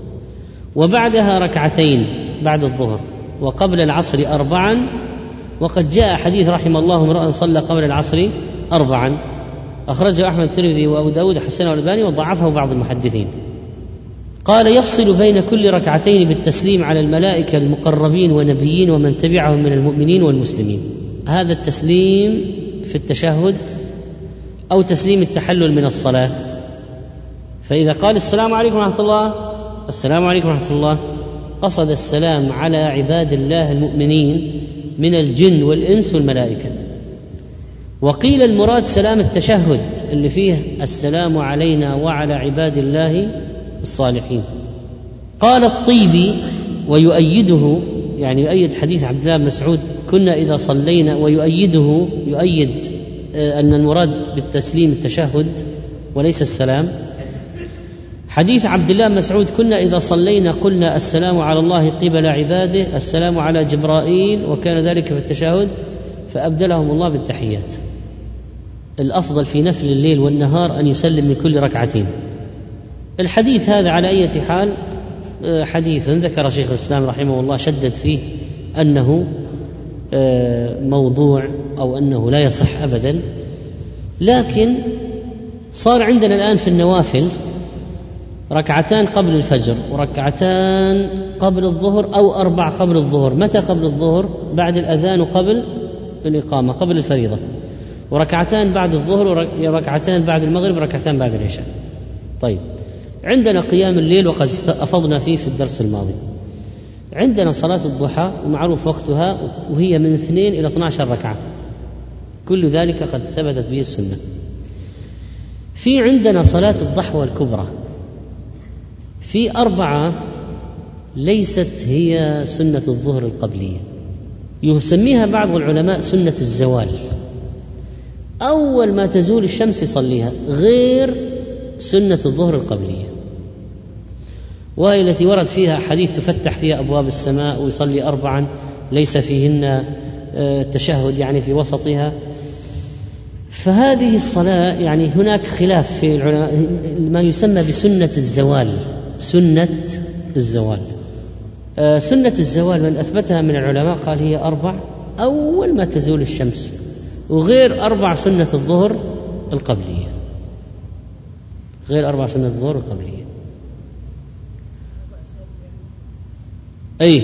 وبعدها ركعتين بعد الظهر، وقبل العصر أربعا. وقد جاء حديث رحم الله امرأ صلى قبل العصر أربعا، أخرجه أحمد الترمذي وأبو داود حسنه الألباني وضعفه بعض المحدثين. قال: يفصل بين كل ركعتين بالتسليم على الملائكة المقربين ونبيين ومن تبعهم من المؤمنين والمسلمين. هذا التسليم في التشهد أو تسليم التحلل من الصلاة. فإذا قال: السلام عليكم ورحمة الله، السلام عليكم ورحمة الله، قصد السلام على عباد الله المؤمنين من الجن والإنس والملائكة. وقيل المراد سلام التشهد اللي فيه السلام علينا وعلى عباد الله الصالحين. قال الطيبي ويؤيده، يعني يؤيد حديث عبد الله بن مسعود: كنا إذا صلينا، ويؤيده يؤيد أن المراد بالتسليم التشهد وليس السلام. حديث عبد الله بن مسعود: كنا إذا صلينا قلنا السلام على الله قبل عباده، السلام على جبرائيل، وكان ذلك في التشهد، فأبدلهم الله بالتحيات. الأفضل في نفل الليل والنهار أن يسلم من كل ركعتين. الحديث هذا على أي حال حديث ذكر شيخ الإسلام رحمه الله شدد فيه أنه موضوع أو أنه لا يصح أبدا. لكن صار عندنا الآن في النوافل ركعتان قبل الفجر وركعتان قبل الظهر أو أربع قبل الظهر. متى قبل الظهر؟ بعد الأذان وقبل الإقامة، قبل الفريضة. وركعتان بعد الظهر وركعتان بعد المغرب وركعتان بعد العشاء. طيب، عندنا قيام الليل وقد أفضنا فيه في الدرس الماضي. عندنا صلاة الضحى ومعروف وقتها، وهي من اثنين إلى اثنى عشر ركعة، كل ذلك قد ثبتت به السنة. في عندنا صلاة الضحوة الكبرى، في أربعة ليست هي سنة الظهر القبلية، يسميها بعض العلماء سنة الزوال. أول ما تزول الشمس يصليها، غير سنة الظهر القبلية، وهي التي ورد فيها حديث تفتح فيها أبواب السماء ويصلي أربعا ليس فيهن تشهد، يعني في وسطها. فهذه الصلاة يعني هناك خلاف في العلماء، ما يسمى بسنة الزوال. سنة الزوال سنة الزوال من أثبتها من العلماء قال هي أربع أول ما تزول الشمس، وغير أربع سنة الظهر القبلية، غير أربع سنة الظهر القبلية. أي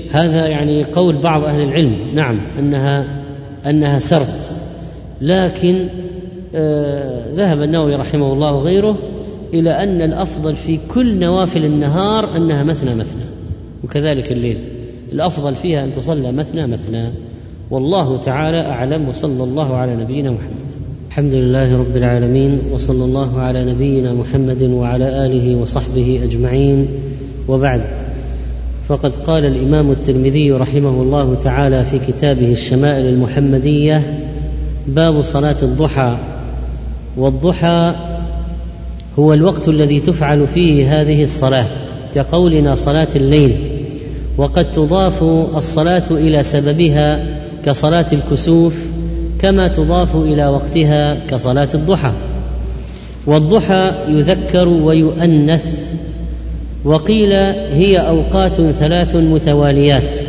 هذا يعني قول بعض أهل العلم، نعم أنها أنها سرد، لكن آه ذهب النووي رحمه الله وغيره إلى أن الأفضل في كل نوافل النهار أنها مثنى مثنى، وكذلك الليل الأفضل فيها أن تصلى مثنى مثنى، والله تعالى أعلم. وصلى الله على نبينا محمد. الحمد لله رب العالمين، وصلى الله على نبينا محمد وعلى آله وصحبه أجمعين، وبعد، فقد قال الإمام الترمذي رحمه الله تعالى في كتابه الشمائل المحمدية: باب صلاة الضحى. والضحى هو الوقت الذي تفعل فيه هذه الصلاة، كقولنا صلاة الليل، وقد تضاف الصلاة إلى سببها كصلاة الكسوف، كما تضاف إلى وقتها كصلاة الضحى. والضحى يذكر ويؤنث، وقيل هي أوقات ثلاث متواليات: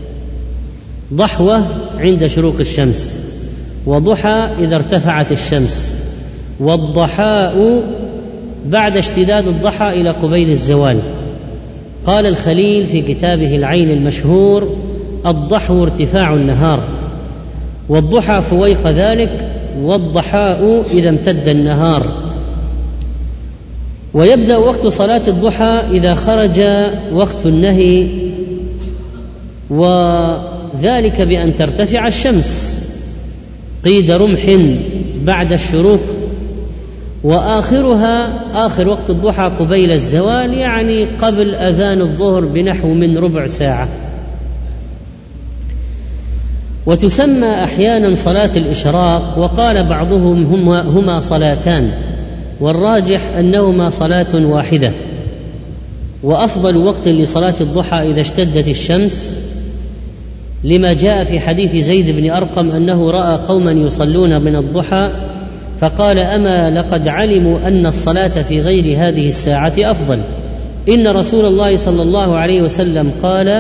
ضحوة عند شروق الشمس، وضحى إذا ارتفعت الشمس، والضحاء بعد اشتداد الضحى إلى قبيل الزوال. قال الخليل في كتابه العين المشهور: الضحو ارتفاع النهار، والضحى فويق ذلك، والضحاء إذا امتد النهار. ويبدأ وقت صلاة الضحى إذا خرج وقت النهي، وذلك بأن ترتفع الشمس قيد رمح بعد الشروق، وآخرها آخر وقت الضحى قبيل الزوال، يعني قبل أذان الظهر بنحو من ربع ساعة. وتسمى أحيانا صلاة الإشراق، وقال بعضهم هما, هما صلاتان، والراجح أنهما صلاة واحدة. وأفضل وقت لصلاة الضحى إذا اشتدت الشمس، لما جاء في حديث زيد بن أرقم أنه رأى قوما يصلون من الضحى فقال: أما لقد علموا أن الصلاة في غير هذه الساعة أفضل. إن رسول الله صلى الله عليه وسلم قال: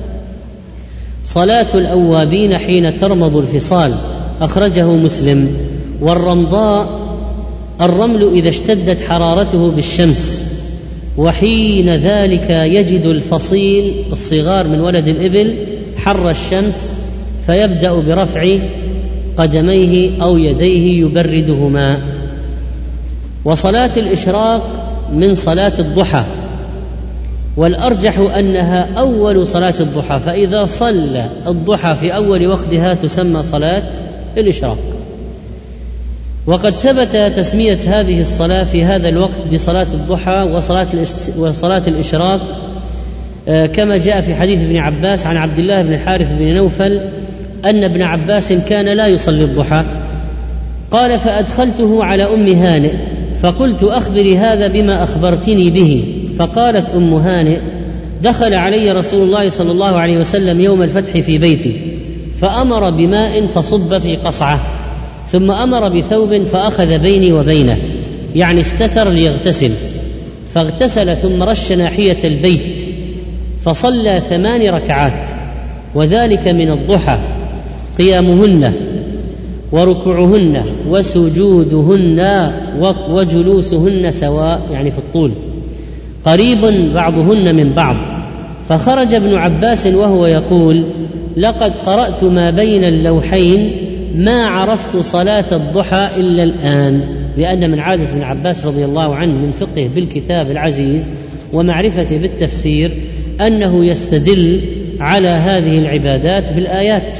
صلاة الأوابين حين ترمض الفصال، أخرجه مسلم. والرمضاء الرمل إذا اشتدت حرارته بالشمس، وحين ذلك يجد الفصيل الصغار من ولد الإبل حر الشمس، فيبدأ برفع قدميه أو يديه يبردهما. وصلاة الإشراق من صلاة الضحى، والأرجح أنها أول صلاة الضحى، فإذا صلى الضحى في أول وقتها تسمى صلاة الإشراق. وقد ثبت تسمية هذه الصلاة في هذا الوقت بصلاة الضحى وصلاة, وصلاة الإشراق، كما جاء في حديث ابن عباس عن عبد الله بن الحارث بن نوفل أن ابن عباس كان لا يصلي الضحى. قال: فأدخلته على أم هانئ فقلت: أخبري هذا بما أخبرتني به. فقالت أم هانئ: دخل علي رسول الله صلى الله عليه وسلم يوم الفتح في بيتي، فأمر بماء فصب في قصعة، ثم أمر بثوب فأخذ بيني وبينه، يعني استتر ليغتسل، فاغتسل ثم رش ناحية البيت، فصلى ثمان ركعات، وذلك من الضحى، قيامهن وركوعهن وسجودهن وجلوسهن سواء، يعني في الطول، قريب بعضهن من بعض. فخرج ابن عباس وهو يقول: لقد قرأت ما بين اللوحين ما عرفت صلاة الضحى إلا الآن. لأن من عادة ابن عباس رضي الله عنه من فقه بالكتاب العزيز ومعرفته بالتفسير أنه يستدل على هذه العبادات بالآيات.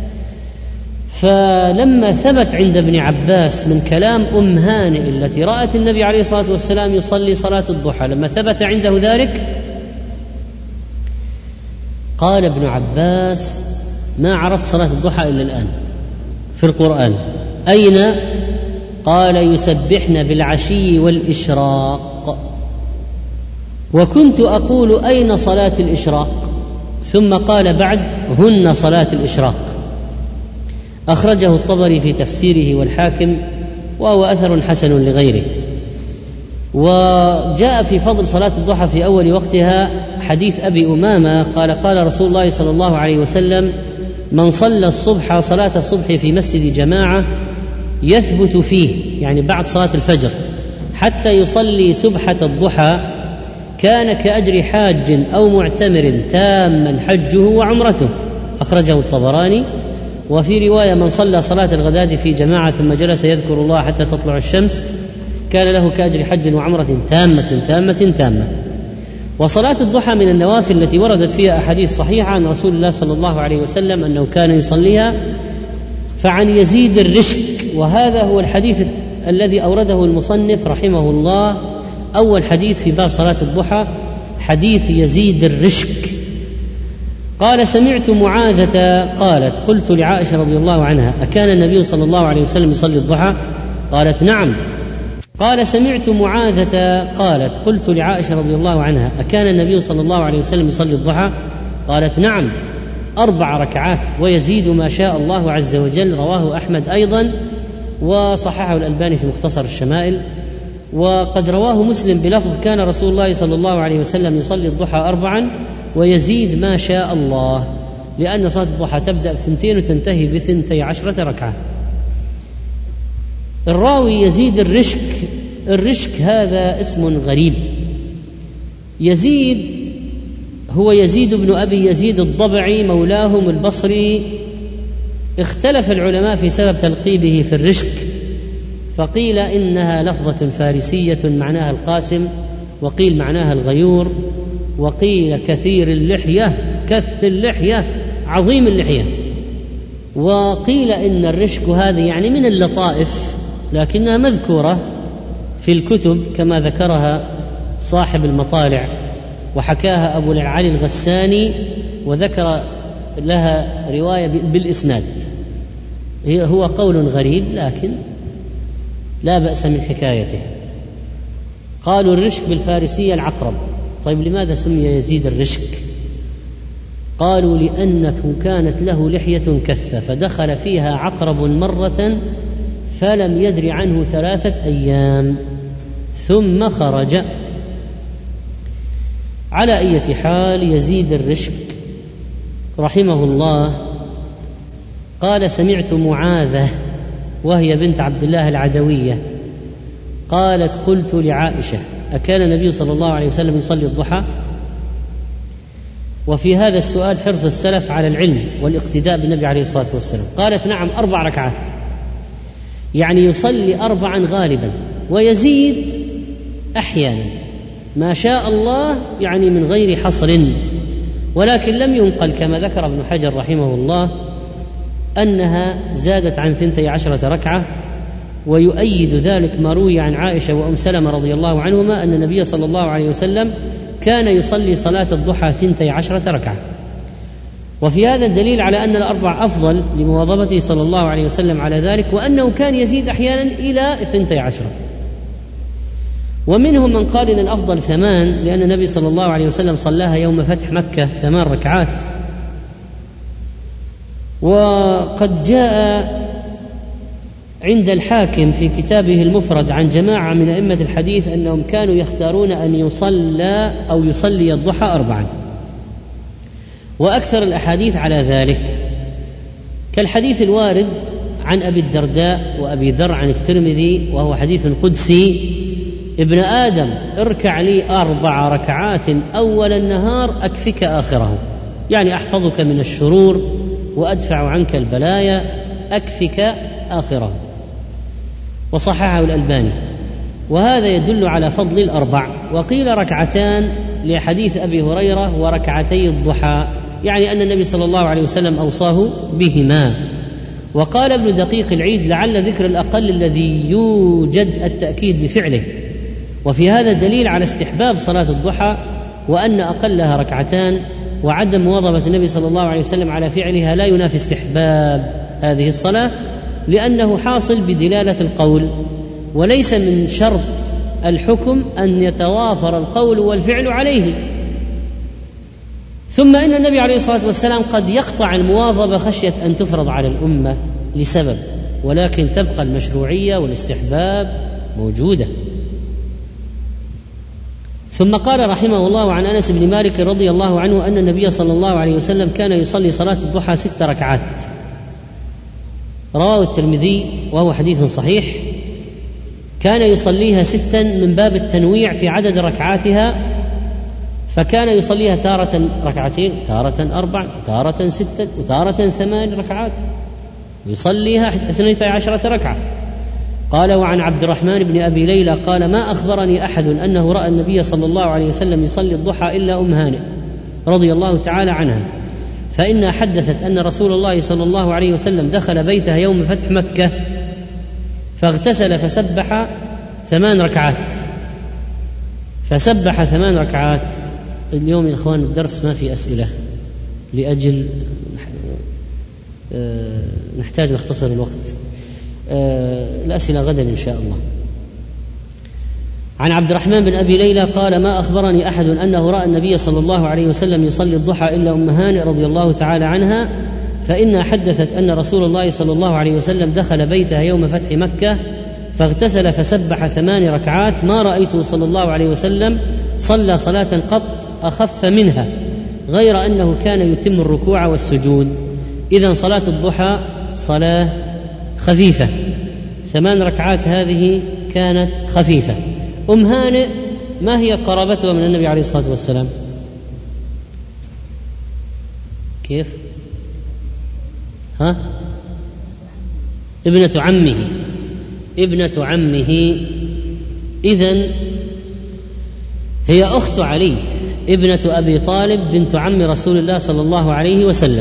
فلما ثبت عند ابن عباس من كلام أم هانئ التي رأت النبي عليه الصلاة والسلام يصلي صلاة الضحى، لما ثبت عنده ذلك قال ابن عباس: ما عرفت صلاة الضحى إلا الآن في القرآن. أين؟ قال: يسبحن بالعشي والإشراق. وكنت أقول: أين صلاة الإشراق؟ ثم قال بعد: هن صلاة الإشراق. أخرجه الطبري في تفسيره والحاكم، وهو أثر حسن لغيره. وجاء في فضل صلاة الضحى في أول وقتها حديث أبي أمامة قال: قال رسول الله صلى الله عليه وسلم: من صلى الصبح صلاة الصبح في مسجد جماعة يثبت فيه، يعني بعد صلاة الفجر، حتى يصلي سبحة الضحى، كان كأجر حاج أو معتمر تاما حجه وعمرته، أخرجه الطبراني. وفي رواية: من صلى صلاة الغداة في جماعة ثم جلس يذكر الله حتى تطلع الشمس كان له كأجر حج وعمرة تامة تامة تامة. وصلاة الضحى من النوافل التي وردت فيها أحاديث صحيحة عن رسول الله صلى الله عليه وسلم أنه كان يصليها. فعن يزيد الرشك، وهذا هو الحديث الذي أورده المصنف رحمه الله، أول حديث في باب صلاة الضحى، حديث يزيد الرشك. قال: سمعت معاذة قالت: قلت لعائشة رضي الله عنها: أكان النبي صلى الله عليه وسلم يصلي الضحى؟ قالت: نعم. قال: سمعت معاذة قالت: قلت لعائشة رضي الله عنها: أكان النبي صلى الله عليه وسلم يصلي الضحى؟ قالت: نعم، أربع ركعات ويزيد ما شاء الله عز وجل. رواه أحمد أيضا وصححه الألباني في مختصر الشمائل. وقد رواه مسلم بلفظ: كان رسول الله صلى الله عليه وسلم يصلي الضحى أربعا ويزيد ما شاء الله، لأن صلاة الضحى تبدأ بثنتين وتنتهي بثنتي عشرة ركعة. الراوي يزيد الرشك، الرشك هذا اسم غريب. يزيد هو يزيد بن أبي يزيد الضبعي مولاهم البصري. اختلف العلماء في سبب تلقيبه في الرشك، فقيل إنها لفظة فارسية معناها القاسم، وقيل معناها الغيور، وقيل كثير اللحية، كث اللحية، عظيم اللحية، وقيل إن الرشك هذه يعني من اللطائف، لكنها مذكورة في الكتب كما ذكرها صاحب المطالع، وحكاها أبو العلي الغساني وذكر لها رواية بالإسناد. هو قول غريب لكن لا بأس من حكايته. قالوا الرشك بالفارسية العقرب. طيب لماذا سمي يزيد الرشك؟ قالوا لأنه كانت له لحية كثة فدخل فيها عقرب مرة فلم يدر عنه ثلاثة أيام ثم خرج. على أي حال يزيد الرشك رحمه الله قال: سمعت معاذة وهي بنت عبد الله العدوية قالت: قلت لعائشة: أكان النبي صلى الله عليه وسلم يصلي الضحى؟ وفي هذا السؤال حرص السلف على العلم والاقتداء بالنبي عليه الصلاة والسلام. قالت: نعم، أربع ركعات، يعني يصلي أربعا غالبا ويزيد أحيانا ما شاء الله، يعني من غير حصر. ولكن لم ينقل كما ذكر ابن حجر رحمه الله أنها زادت عن ثنتي عشرة ركعة، ويؤيد ذلك ما روي عن عائشة وأم سلمة رضي الله عنهما أن النبي صلى الله عليه وسلم كان يصلي صلاة الضحى ثنتي عشرة ركعة. وفي هذا الدليل على أن الأربع أفضل لمواظبته صلى الله عليه وسلم على ذلك، وأنه كان يزيد أحيانا إلى ثنتي عشرة. ومنهم من قال إن الأفضل ثمان، لأن النبي صلى الله عليه وسلم صلاها يوم فتح مكة ثمان ركعات. وقد جاء عند الحاكم في كتابه المفرد عن جماعة من أئمة الحديث أنهم كانوا يختارون أن يصلى أو يصلي الضحى أربعا، وأكثر الأحاديث على ذلك، كالحديث الوارد عن أبي الدرداء وأبي ذر عن الترمذي وهو حديث قدسي: ابن آدم اركع لي أربع ركعات أول النهار أكفك آخره، يعني أحفظك من الشرور وأدفع عنك البلايا، أكفك آخره. وصححه الألباني. وهذا يدل على فضل الأربع. وقيل ركعتان لحديث أبي هريرة وركعتي الضحى، يعني أن النبي صلى الله عليه وسلم أوصاه بهما. وقال ابن دقيق العيد: لعل ذكر الأقل الذي يوجد التأكيد بفعله، وفي هذا دليل على استحباب صلاة الضحى، وأن أقلها ركعتان، وعدم مواظبة النبي صلى الله عليه وسلم على فعلها لا ينافي استحباب هذه الصلاة، لأنه حاصل بدلالة القول، وليس من شرط الحكم أن يتوافر القول والفعل عليه. ثم إن النبي عليه الصلاة والسلام قد يقطع المواظبة خشية أن تفرض على الأمة لسبب، ولكن تبقى المشروعية والاستحباب موجودة. ثم قال رحمه الله عن أنس بن مالك رضي الله عنه أن النبي صلى الله عليه وسلم كان يصلي صلاة الضحى ست ركعات، رواه الترمذي وهو حديث صحيح. كان يصليها ستا من باب التنويع في عدد ركعاتها، فكان يصليها تارة ركعتين، تارة أربع، تارة ستة، وتارة ثمان ركعات، يصليها اثنتي عشرة ركعة. قال: وعن عبد الرحمن بن أبي ليلى قال: ما أخبرني أحد أنه رأى النبي صلى الله عليه وسلم يصلي الضحى إلا أم هانئ رضي الله تعالى عنها، فإنها حدثت أن رسول الله صلى الله عليه وسلم دخل بيتها يوم فتح مكة فاغتسل فسبح ثمان ركعات فسبح ثمان ركعات. اليوم يا إخوان الدرس ما في أسئلة لأجل نحتاج نختصر الوقت، الأسئلة غدا إن شاء الله. عن عبد الرحمن بن أبي ليلى قال: ما أخبرني أحد أنه رأى النبي صلى الله عليه وسلم يصلي الضحى إلا أم هانئ رضي الله تعالى عنها، فإنها حدثت أن رسول الله صلى الله عليه وسلم دخل بيتها يوم فتح مكة فاغتسل فسبح ثمان ركعات، ما رأيته صلى الله عليه وسلم صلى صلاة قط أخف منها، غير أنه كان يتم الركوع والسجود. إذن صلاة الضحى صلاة خفيفة، ثمان ركعات هذه كانت خفيفة. أم هانئ ما هي قرابتها من النبي عليه الصلاة والسلام؟ كيف؟ ها؟ ابنة عمه ابنة عمه إذن هي أخت علي ابنة أبي طالب بنت عم رسول الله صلى الله عليه وسلم.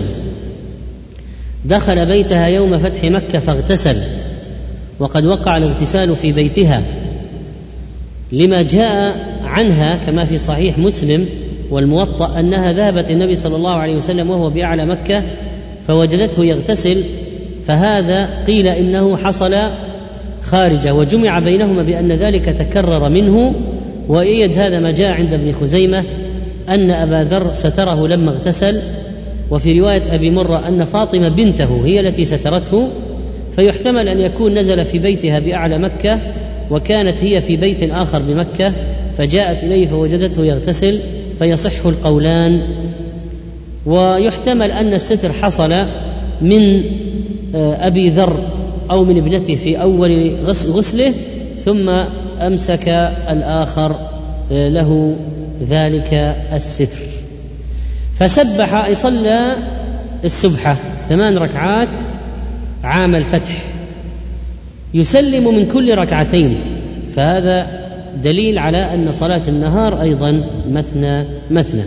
دخل بيتها يوم فتح مكة فاغتسل، وقد وقع الاغتسال في بيتها لما جاء عنها كما في صحيح مسلم والموطأ أنها ذهبت النبي صلى الله عليه وسلم وهو بأعلى مكة فوجدته يغتسل، فهذا قيل إنه حصل خارجه، وجمع بينهما بأن ذلك تكرر منه. وأيد هذا ما جاء عند ابن خزيمة أن أبا ذر ستره لما اغتسل، وفي رواية أبي مرة أن فاطمة بنته هي التي سترته، فيحتمل أن يكون نزل في بيتها بأعلى مكة وكانت هي في بيت آخر بمكة فجاءت إليه فوجدته يغتسل، فيصح القولان. ويحتمل أن الستر حصل من أبي ذر أو من ابنته في أول غسله ثم أمسك الآخر له ذلك الستر. فسبح أي صلى السبحة ثمان ركعات عام الفتح، يسلم من كل ركعتين، فهذا دليل على أن صلاة النهار أيضا مثنى مثنى.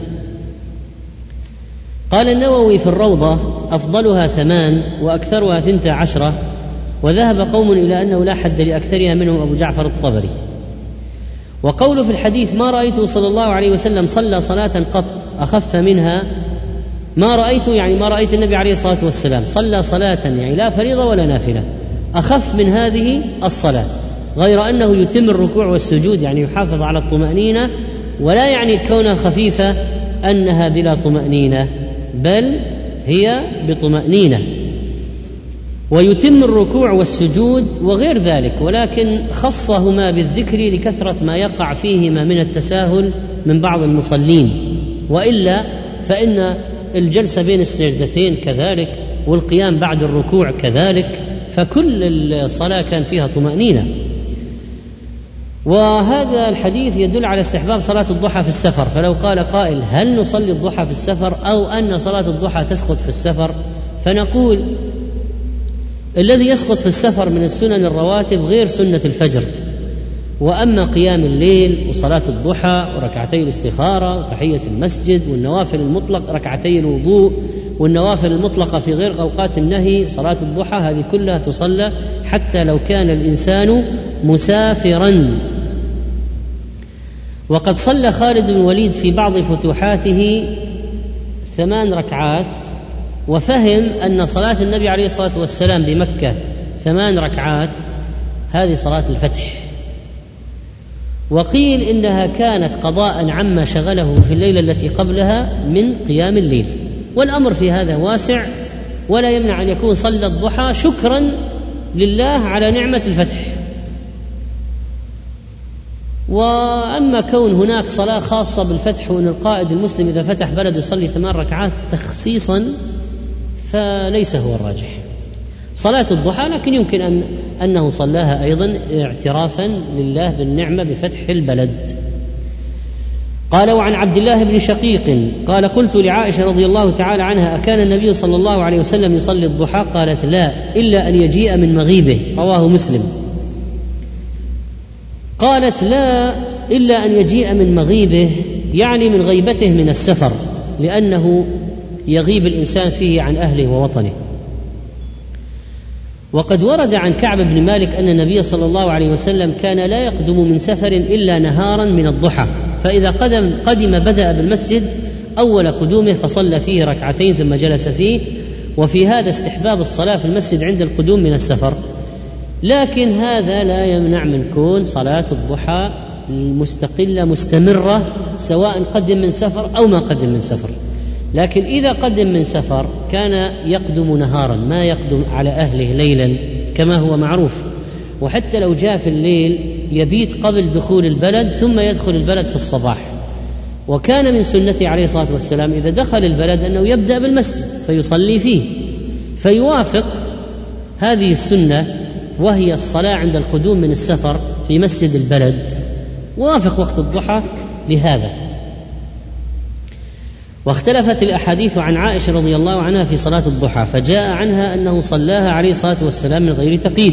قال النووي في الروضة: أفضلها ثمان وأكثرها ثنتا عشرة، وذهب قوم إلى أنه لا حد لأكثرها منهم أبو جعفر الطبري. وقول في الحديث: ما رأيته صلى الله عليه وسلم صلى صلاة قط أخف منها، ما رأيته يعني ما رأيت النبي عليه الصلاة والسلام صلى صلاة يعني لا فريضة ولا نافلة أخف من هذه الصلاة، غير أنه يتم الركوع والسجود يعني يحافظ على الطمأنينة، ولا يعني كونها خفيفة أنها بلا طمأنينة، بل هي بطمأنينة، ويتم الركوع والسجود وغير ذلك، ولكن خصهما بالذكر لكثرة ما يقع فيهما من التساهل من بعض المصلين، وإلا فإن الجلسة بين السجدتين كذلك، والقيام بعد الركوع كذلك، فكل الصلاة كان فيها طمأنينة. وهذا الحديث يدل على استحباب صلاة الضحى في السفر، فلو قال قائل: هل نصلي الضحى في السفر أو أن صلاة الضحى تسقط في السفر؟ فنقول: الذي يسقط في السفر من السنن الرواتب غير سنة الفجر، وأما قيام الليل وصلاة الضحى وركعتي الاستخارة وتحية المسجد والنوافل المطلق ركعتي الوضوء والنوافل المطلقة في غير أوقات النهي صلاة الضحى، هذه كلها تصلى حتى لو كان الإنسان مسافرا. وقد صلى خالد بن الوليد في بعض فتوحاته ثمان ركعات، وفهم أن صلاة النبي عليه الصلاة والسلام بمكة ثمان ركعات هذه صلاة الفتح، وقيل إنها كانت قضاء عما شغله في الليلة التي قبلها من قيام الليل، والأمر في هذا واسع، ولا يمنع أن يكون صلى الضحى شكرا لله على نعمة الفتح. وأما كون هناك صلاة خاصة بالفتح وأن القائد المسلم إذا فتح بلد يصلي ثمان ركعات تخصيصا فليس هو الراجح. صلاة الضحى لكن يمكن أن أنه صلاها أيضا اعترافا لله بالنعمة بفتح البلد. قال: وعن عبد الله بن شقيق قال: قلت لعائشة رضي الله تعالى عنها: أكان النبي صلى الله عليه وسلم يصلي الضحى؟ قالت: لا، إلا أن يجيء من مغيبه. رواه مسلم. قالت: لا إلا أن يجيء من مغيبه، يعني من غيبته من السفر، لأنه يغيب الإنسان فيه عن أهله ووطنه. وقد ورد عن كعب بن مالك أن النبي صلى الله عليه وسلم كان لا يقدم من سفر إلا نهارا من الضحى، فإذا قدم, قدم بدأ بالمسجد أول قدومه فصلى فيه ركعتين ثم جلس فيه. وفي هذا استحباب الصلاة في المسجد عند القدوم من السفر، لكن هذا لا يمنع من كون صلاة الضحى المستقلة مستمرة سواء قدم من سفر أو ما قدم من سفر. لكن إذا قدم من سفر كان يقدم نهارا، ما يقدم على أهله ليلا كما هو معروف. وحتى لو جاء في الليل يبيت قبل دخول البلد ثم يدخل البلد في الصباح. وكان من سنته عليه الصلاة والسلام إذا دخل البلد أنه يبدأ بالمسجد فيصلي فيه، فيوافق هذه السنة وهي الصلاة عند القدوم من السفر في مسجد البلد، وافق وقت الضحى لهذا. واختلفت الأحاديث عن عائشة رضي الله عنها في صلاة الضحى، فجاء عنها أنه صلاها عليه الصلاة والسلام من غير تقييد،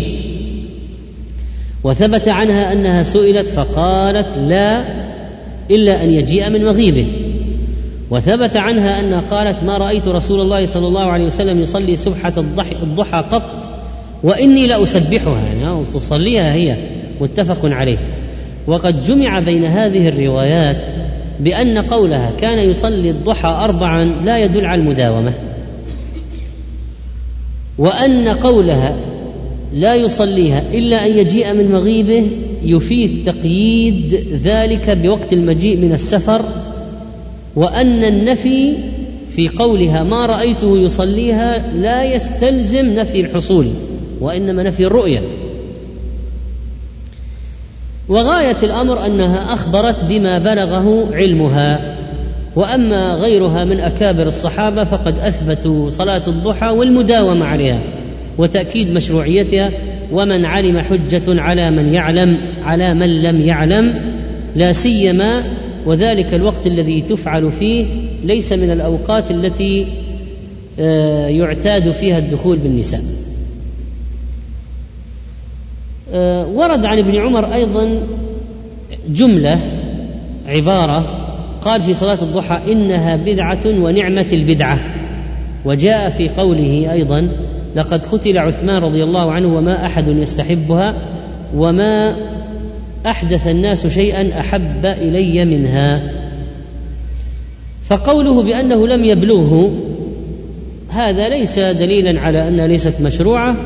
وثبت عنها أنها سئلت فقالت: لا إلا أن يجيء من مغيبه. وثبت عنها أنها قالت: ما رأيت رسول الله صلى الله عليه وسلم يصلي سبحة الضحى قط وإني لأسبحها، يعني تصليها هي، متفق عليه. وقد جمع بين هذه الروايات بأن قولها كان يصلي الضحى أربعا لا يدل على المداومة، وأن قولها لا يصليها إلا أن يجيء من مغيبه يفيد تقييد ذلك بوقت المجيء من السفر، وأن النفي في قولها ما رأيته يصليها لا يستلزم نفي الحصول وإنما نفي الرؤية. وغاية الأمر أنها أخبرت بما بلغه علمها، وأما غيرها من أكابر الصحابة فقد أثبتوا صلاة الضحى والمداومة عليها وتأكيد مشروعيتها، ومن علم حجة على من يعلم على من لم يعلم، لا سيما وذلك الوقت الذي تفعل فيه ليس من الأوقات التي يعتاد فيها الدخول بالنساء. ورد عن ابن عمر أيضا جملة عبارة قال في صلاة الضحى: إنها بدعة ونعمة البدعة. وجاء في قوله أيضا: لقد قتل عثمان رضي الله عنه وما أحد يستحبها وما أحدث الناس شيئا أحب إلي منها. فقوله بأنه لم يبلغه هذا ليس دليلا على أنها ليست مشروعة،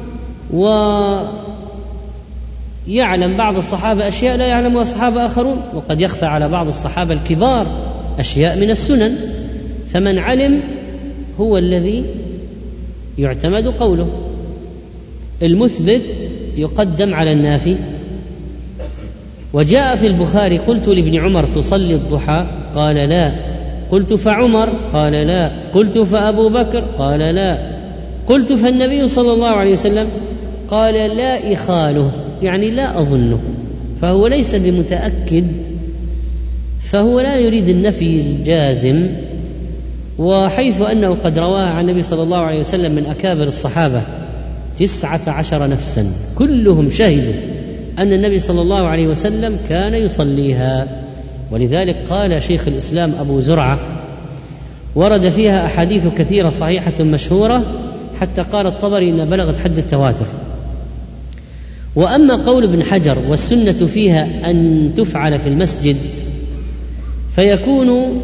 ويعلم بعض الصحابة أشياء لا يعلمها الصحابة آخرون، وقد يخفى على بعض الصحابة الكبار أشياء من السنن، فمن علم هو الذي يعتمد قوله. المثبت يقدم على النافي. وجاء في البخاري: قلت لابن عمر تصلي الضحى؟ قال: لا. قلت: فعمر؟ قال: لا. قلت: فأبو بكر؟ قال: لا. قلت: فالنبي صلى الله عليه وسلم؟ قال: لا إخاله، يعني لا أظنه، فهو ليس بمتأكد، فهو لا يريد النفي الجازم. وحيث أنه قد رواها عن النبي صلى الله عليه وسلم من أكابر الصحابة تسعة عشر نفسا كلهم شهدوا أن النبي صلى الله عليه وسلم كان يصليها. ولذلك قال شيخ الإسلام أبو زرعة: ورد فيها أحاديث كثيرة صحيحة مشهورة حتى قال الطبري إن بلغت حد التواتر. وأما قول ابن حجر: والسنة فيها أن تفعل في المسجد، فيكون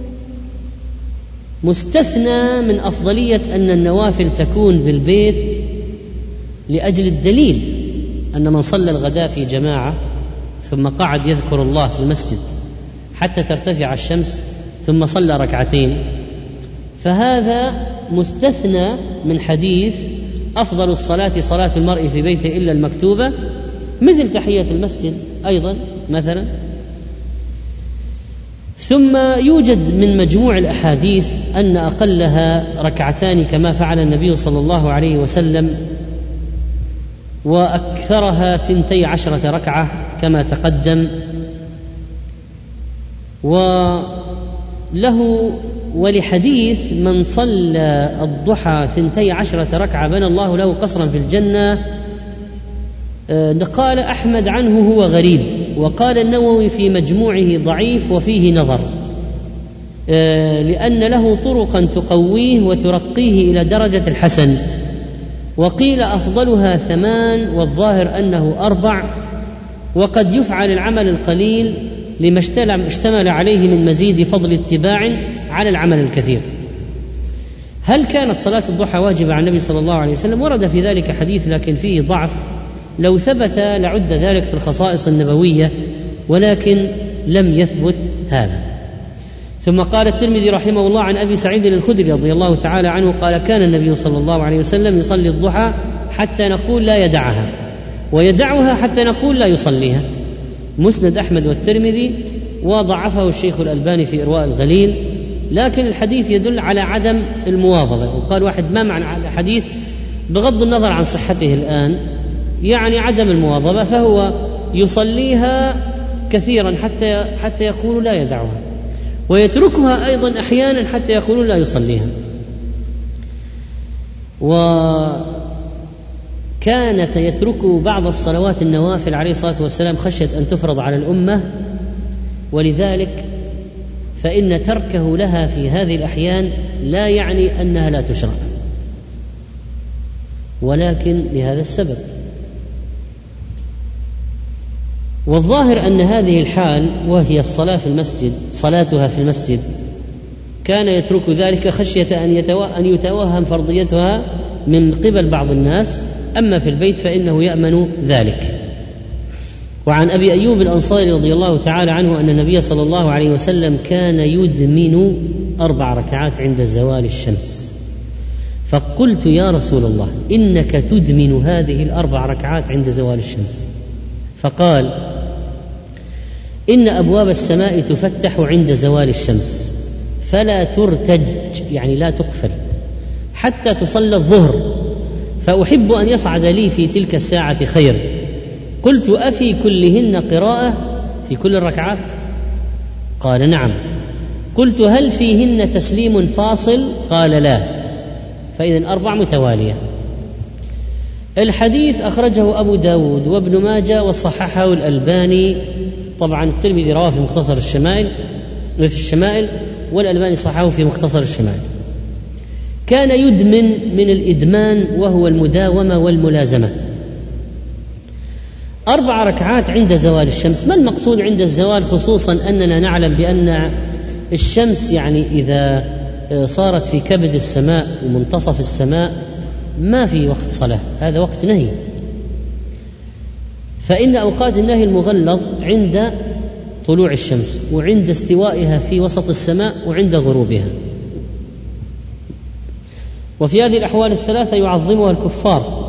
مستثنى من أفضلية أن النوافل تكون بالبيت لأجل الدليل أن من صلى الغداء في جماعة ثم قعد يذكر الله في المسجد حتى ترتفع الشمس ثم صلى ركعتين، فهذا مستثنى من حديث أفضل الصلاة صلاة المرء في بيته إلا المكتوبة، مثل تحية المسجد أيضا مثلا. ثم يوجد من مجموع الأحاديث أن أقلها ركعتان كما فعل النبي صلى الله عليه وسلم، وأكثرها ثنتي عشرة ركعة كما تقدم. وله ولحديث من صلى الضحى ثنتي عشرة ركعة بنى الله له قصرا في الجنة، قال أحمد عنه هو غريب، وقال النووي في مجموعه ضعيف وفيه نظر، لأن له طرقا تقويه وترقيه إلى درجة الحسن، وقيل أفضلها ثمان والظاهر أنه أربع، وقد يفعل العمل القليل لما اشتمل عليه من مزيد فضل اتباع على العمل الكثير. هل كانت صلاة الضحى واجبة على النبي صلى الله عليه وسلم؟ ورد في ذلك حديث لكن فيه ضعف، لو ثبت لعد ذلك في الخصائص النبوية، ولكن لم يثبت هذا. ثم قال الترمذي رحمه الله عن أبي سعيد الخدري رضي الله تعالى عنه قال كان النبي صلى الله عليه وسلم يصلي الضحى حتى نقول لا يدعها، ويدعها حتى نقول لا يصليها. مسند أحمد والترمذي، وضعفه الشيخ الألباني في إرواء الغليل، لكن الحديث يدل على عدم المواظبة. وقال واحد ما معنى الحديث بغض النظر عن صحته الآن، يعني عدم المواظبة، فهو يصليها كثيرا حتى حتى يقول لا يدعها، ويتركها أيضا أحيانا حتى يقول لا يصليها. وكانت يترك بعض الصلوات النوافل عليه الصلاة والسلام خشية أن تفرض على الأمة، ولذلك فإن تركه لها في هذه الأحيان لا يعني أنها لا تشرع، ولكن لهذا السبب. والظاهر أن هذه الحال وهي الصلاة في المسجد، صلاتها في المسجد، كان يترك ذلك خشية أن يتوهم فرضيتها من قبل بعض الناس، أما في البيت فإنه يأمن ذلك. وعن أبي أيوب الأنصاري رضي الله تعالى عنه أن النبي صلى الله عليه وسلم كان يدمن أربع ركعات عند زوال الشمس، فقلت يا رسول الله إنك تدمن هذه الأربع ركعات عند زوال الشمس، فقال إن أبواب السماء تفتح عند زوال الشمس فلا ترتج، يعني لا تقفل، حتى تصلى الظهر، فأحب أن يصعد لي في تلك الساعة خير. قلت أفي كلهن قراءة، في كل الركعات؟ قال نعم. قلت هل فيهن تسليم فاصل؟ قال لا. فإذن أربع متوالية. الحديث أخرجه أبو داود وابن ماجة وصححه الألباني، طبعا الترمذي رواه في مختصر الشمائل في الشمائل والألباني صححه في مختصر الشمائل. كان يدمن من الإدمان وهو المداومة والملازمة. أربع ركعات عند زوال الشمس. ما المقصود عند الزوال؟ خصوصا أننا نعلم بأن الشمس يعني إذا صارت في كبد السماء ومنتصف السماء ما في وقت صلاة، هذا وقت نهي. فإن أوقات النهي المغلظ عند طلوع الشمس، وعند استوائها في وسط السماء، وعند غروبها. وفي هذه الأحوال الثلاثة يعظمها الكفار،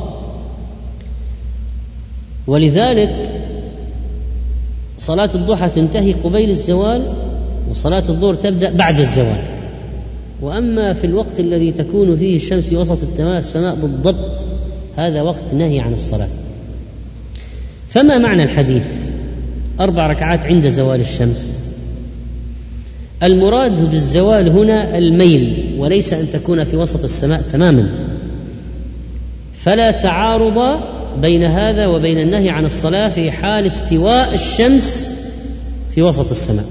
ولذلك صلاة الضحى تنتهي قبيل الزوال، وصلاة الظهر تبدأ بعد الزوال. وأما في الوقت الذي تكون فيه الشمس في وسط السماء بالضبط، هذا وقت نهي عن الصلاة. فما معنى الحديث أربع ركعات عند زوال الشمس؟ المراد بالزوال هنا الميل، وليس أن تكون في وسط السماء تماما، فلا تعارض بين هذا وبين النهي عن الصلاة في حال استواء الشمس في وسط السماء.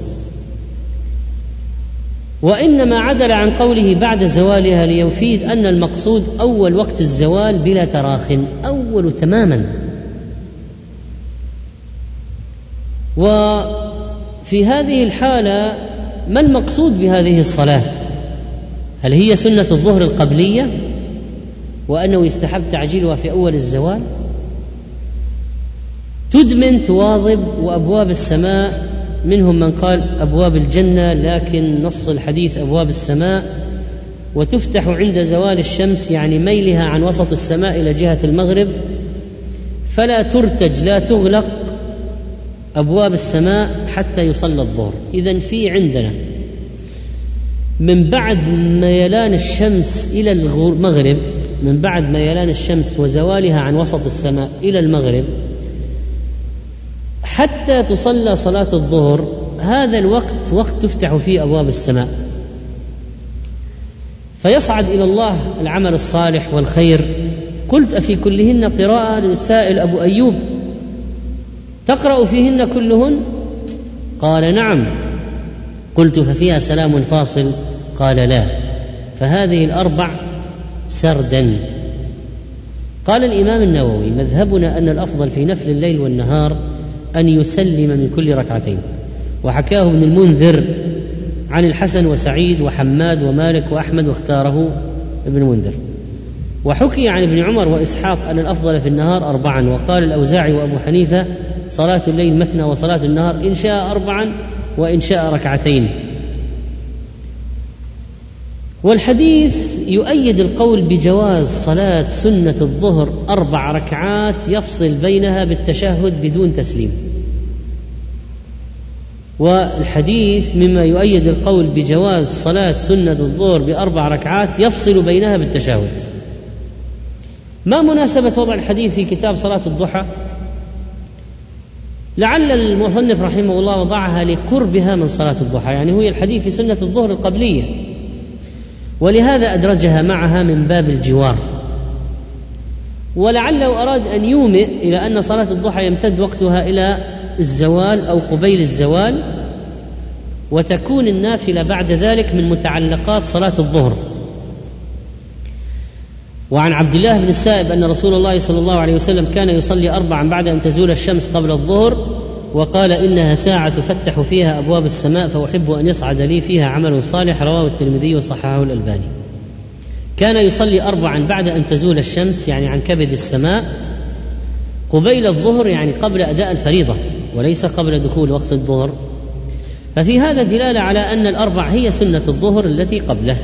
وإنما عدل عن قوله بعد زوالها ليفيد أن المقصود أول وقت الزوال بلا تراخ، أول تماما. وفي هذه الحالة ما المقصود بهذه الصلاة؟ هل هي سنة الظهر القبلية وأنه يستحب تعجيلها في أول الزوال؟ تدمن تواظب، وأبواب السماء منهم من قال أبواب الجنة، لكن نص الحديث أبواب السماء، وتفتح عند زوال الشمس يعني ميلها عن وسط السماء إلى جهة المغرب، فلا ترتج لا تغلق أبواب السماء حتى يصلى الظهر. إذن في عندنا من بعد ميلان الشمس إلى المغرب، من بعد ميلان الشمس وزوالها عن وسط السماء إلى المغرب حتى تصلى صلاة الظهر، هذا الوقت وقت تفتح فيه أبواب السماء، فيصعد إلى الله العمل الصالح والخير. قلت أفي كلهن قراءة؟ للسائل أبو أيوب: تقرأ فيهن كلهن؟ قال: نعم. قلت: ففيها سلام فاصل؟ قال: لا، فهذه الأربع سردا. قال الإمام النووي: مذهبنا أن الأفضل في نفل الليل والنهار أن يسلم من كل ركعتين. وحكاه ابن المنذر عن الحسن وسعيد وحماد ومالك وأحمد، واختاره ابن المنذر. وحكي عن ابن عمر وإسحاق أن الأفضل في النهار أربعا. وقال الأوزاعي وأبو حنيفة: صلاة الليل مثنى وصلاة النهار إن شاء أربعا وإن شاء ركعتين. والحديث يؤيد القول بجواز صلاة سنة الظهر أربع ركعات يفصل بينها بالتشهد بدون تسليم. والحديث مما يؤيد القول بجواز صلاة سنة الظهر بأربع ركعات يفصل بينها بالتشهد. ما مناسبة وضع الحديث في كتاب صلاة الضحى؟ لعل المصنف رحمه الله وضعها لقربها من صلاة الضحى، يعني هي الحديث في سنة الظهر القبلية، ولهذا أدرجها معها من باب الجوار. ولعله أراد أن يومئ إلى أن صلاة الضحى يمتد وقتها إلى الزوال أو قبيل الزوال، وتكون النافلة بعد ذلك من متعلقات صلاة الظهر. وعن عبد الله بن السائب أن رسول الله صلى الله عليه وسلم كان يصلي أربعا بعد أن تزول الشمس قبل الظهر، وقال: إنها ساعة تفتح فيها أبواب السماء فأحب أن يصعد لي فيها عمل صالح. رواه الترمذي وصححه الألباني. كان يصلي أربعا بعد أن تزول الشمس، يعني عن كبد السماء، قبيل الظهر، يعني قبل أداء الفريضة وليس قبل دخول وقت الظهر. ففي هذا دلالة على أن الأربع هي سنة الظهر التي قبله.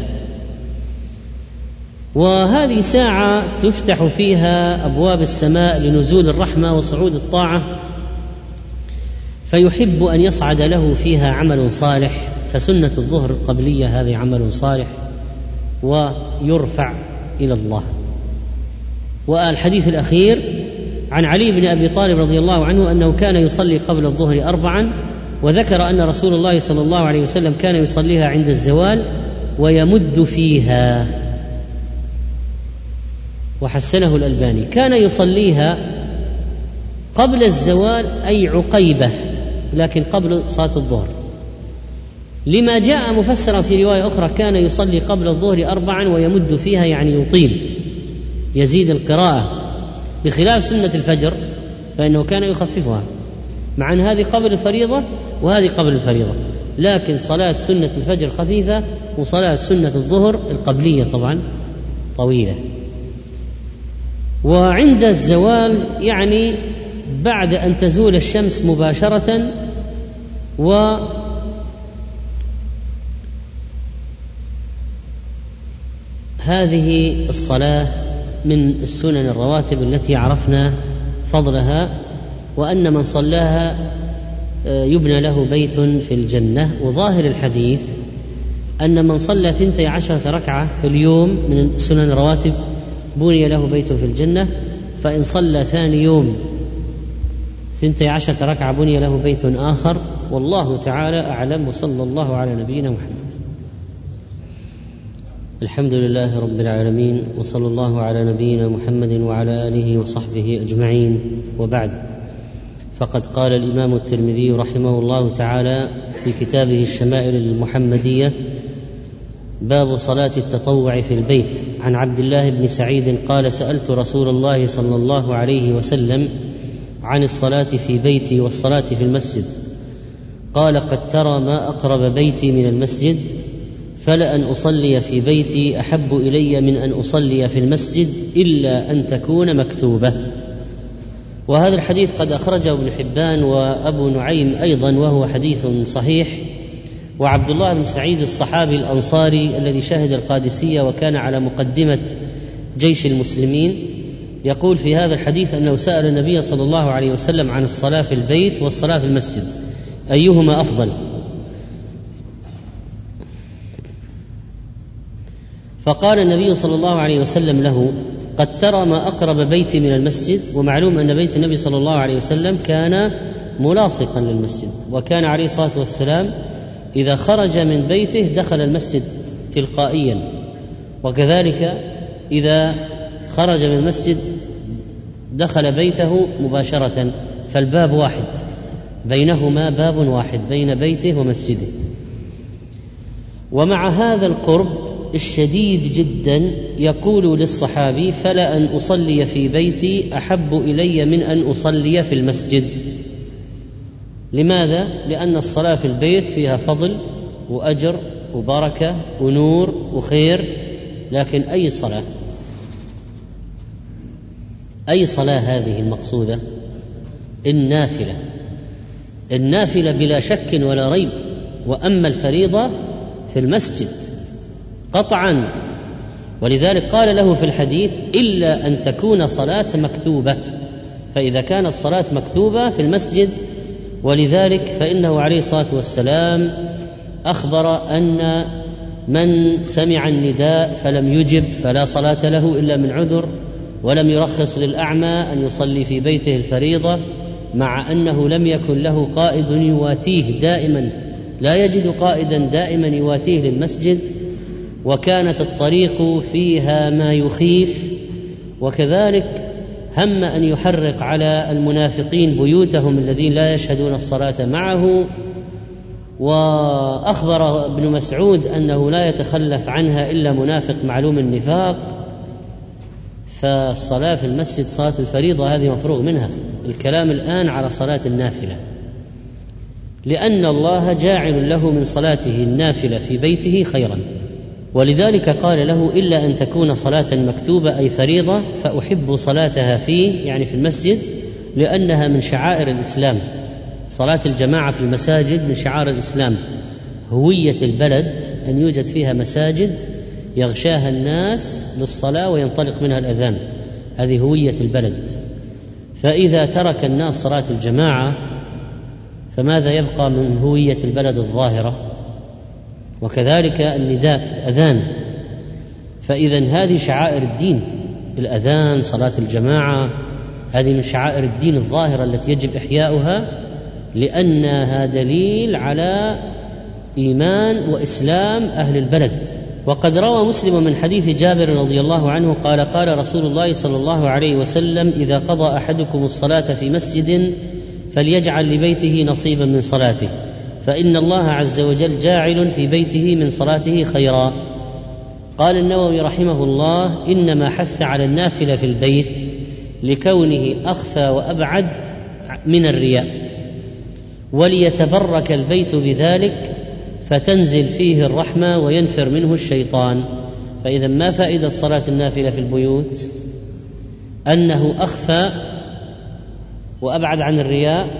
وهذه ساعة تفتح فيها أبواب السماء لنزول الرحمة وصعود الطاعة، فيحب أن يصعد له فيها عمل صالح. فسنة الظهر القبلية هذه عمل صالح ويرفع إلى الله. والحديث الأخير عن علي بن أبي طالب رضي الله عنه أنه كان يصلي قبل الظهر أربعا، وذكر أن رسول الله صلى الله عليه وسلم كان يصليها عند الزوال ويمد فيها، وحسنه الألباني. كان يصليها قبل الزوال أي عقيبة، لكن قبل صلاة الظهر، لما جاء مفسرا في رواية أخرى: كان يصلي قبل الظهر أربعا ويمد فيها، يعني يطيل يزيد القراءة، بخلاف سنة الفجر فإنه كان يخففها، مع أن هذه قبل الفريضة وهذه قبل الفريضة، لكن صلاة سنة الفجر خفيفة وصلاة سنة الظهر القبلية طبعا طويلة. وعند الزوال يعني بعد أن تزول الشمس مباشرة. وهذه الصلاة من السنن الرواتب التي عرفنا فضلها، وأن من صلاها يبنى له بيت في الجنة. وظاهر الحديث أن من صلى ثنتي عشرة ركعة في اليوم من السنن الرواتب بني له بيت في الجنة، فإن صلى ثاني يوم ثنتي عشرة ركعة بني له بيت آخر. والله تعالى أعلم، وصلى الله على نبينا محمد. الحمد لله رب العالمين، وصلى الله على نبينا محمد وعلى آله وصحبه أجمعين، وبعد. فقد قال الإمام الترمذي رحمه الله تعالى في كتابه الشمائل المحمدية: باب صلاة التطوع في البيت. عن عبد الله بن سعيد قال: سألت رسول الله صلى الله عليه وسلم عن الصلاة في بيتي والصلاة في المسجد، قال: قد ترى ما أقرب بيتي من المسجد، فلأن أصلي في بيتي أحب إلي من أن أصلي في المسجد، إلا أن تكون مكتوبة. وهذا الحديث قد أخرجه ابن حبان وأبو نعيم أيضا، وهو حديث صحيح. وعبد الله بن سعيد الصحابي الأنصاري الذي شهد القادسية وكان على مقدمة جيش المسلمين، يقول في هذا الحديث أنه سأل النبي صلى الله عليه وسلم عن الصلاة في البيت والصلاة في المسجد أيهما أفضل، فقال النبي صلى الله عليه وسلم له: قد ترى ما أقرب بيتي من المسجد. ومعلوم أن بيت النبي صلى الله عليه وسلم كان ملاصقا للمسجد. وكان عليه الصلاة والسلام إذا خرج من بيته دخل المسجد تلقائيا، وكذلك إذا خرج من المسجد دخل بيته مباشرة، فالباب واحد بينهما، باب واحد بين بيته ومسجده. ومع هذا القرب الشديد جدا يقول للصحابي: فلا أن أصلي في بيتي أحب إلي من أن أصلي في المسجد. لماذا؟ لأن الصلاة في البيت فيها فضل وأجر وبركة ونور وخير، لكن أي صلاة أي صلاة هذه المقصودة؟ النافلة. النافلة بلا شك ولا ريب. وأما الفريضة في المسجد قطعا. ولذلك قال له في الحديث: إلا أن تكون صلاة مكتوبة. فإذا كانت صلاة مكتوبة في المسجد، ولذلك فإنه عليه الصلاة والسلام أخبر أن من سمع النداء فلم يجب فلا صلاة له إلا من عذر، ولم يرخص للأعمى أن يصلي في بيته الفريضة، مع أنه لم يكن له قائد يواتيه دائما، لا يجد قائدا دائما يواتيه للمسجد، وكانت الطريق فيها ما يخيف. وكذلك هم أن يحرق على المنافقين بيوتهم الذين لا يشهدون الصلاة معه. وأخبر ابن مسعود أنه لا يتخلف عنها إلا منافق معلوم النفاق. فالصلاة في المسجد صلاة الفريضة هذه مفروغ منها. الكلام الآن على صلاة النافلة، لأن الله جاعل له من صلاته النافلة في بيته خيرا. ولذلك قال له: إلا أن تكون صلاة مكتوبة أي فريضة فأحب صلاتها فيه، يعني في المسجد، لأنها من شعائر الإسلام. صلاة الجماعة في المساجد من شعائر الإسلام. هوية البلد أن يوجد فيها مساجد يغشاها الناس للصلاة وينطلق منها الأذان، هذه هوية البلد. فإذا ترك الناس صلاة الجماعة فماذا يبقى من هوية البلد الظاهرة؟ وكذلك النداء الأذان. فإذا هذه شعائر الدين، الأذان، صلاة الجماعة، هذه من شعائر الدين الظاهرة التي يجب إحياؤها، لأنها دليل على إيمان وإسلام أهل البلد. وقد روى مسلم من حديث جابر رضي الله عنه قال: قال رسول الله صلى الله عليه وسلم: إذا قضى أحدكم الصلاة في مسجد فليجعل لبيته نصيبا من صلاته، فإن الله عز وجل جاعل في بيته من صلاته خيرا. قال النووي رحمه الله: إنما حث على النافلة في البيت لكونه أخفى وأبعد من الرياء، وليتبرك البيت بذلك فتنزل فيه الرحمة وينفر منه الشيطان. فإذا ما فائدة صلاة النافلة في البيوت؟ أنه أخفى وأبعد عن الرياء،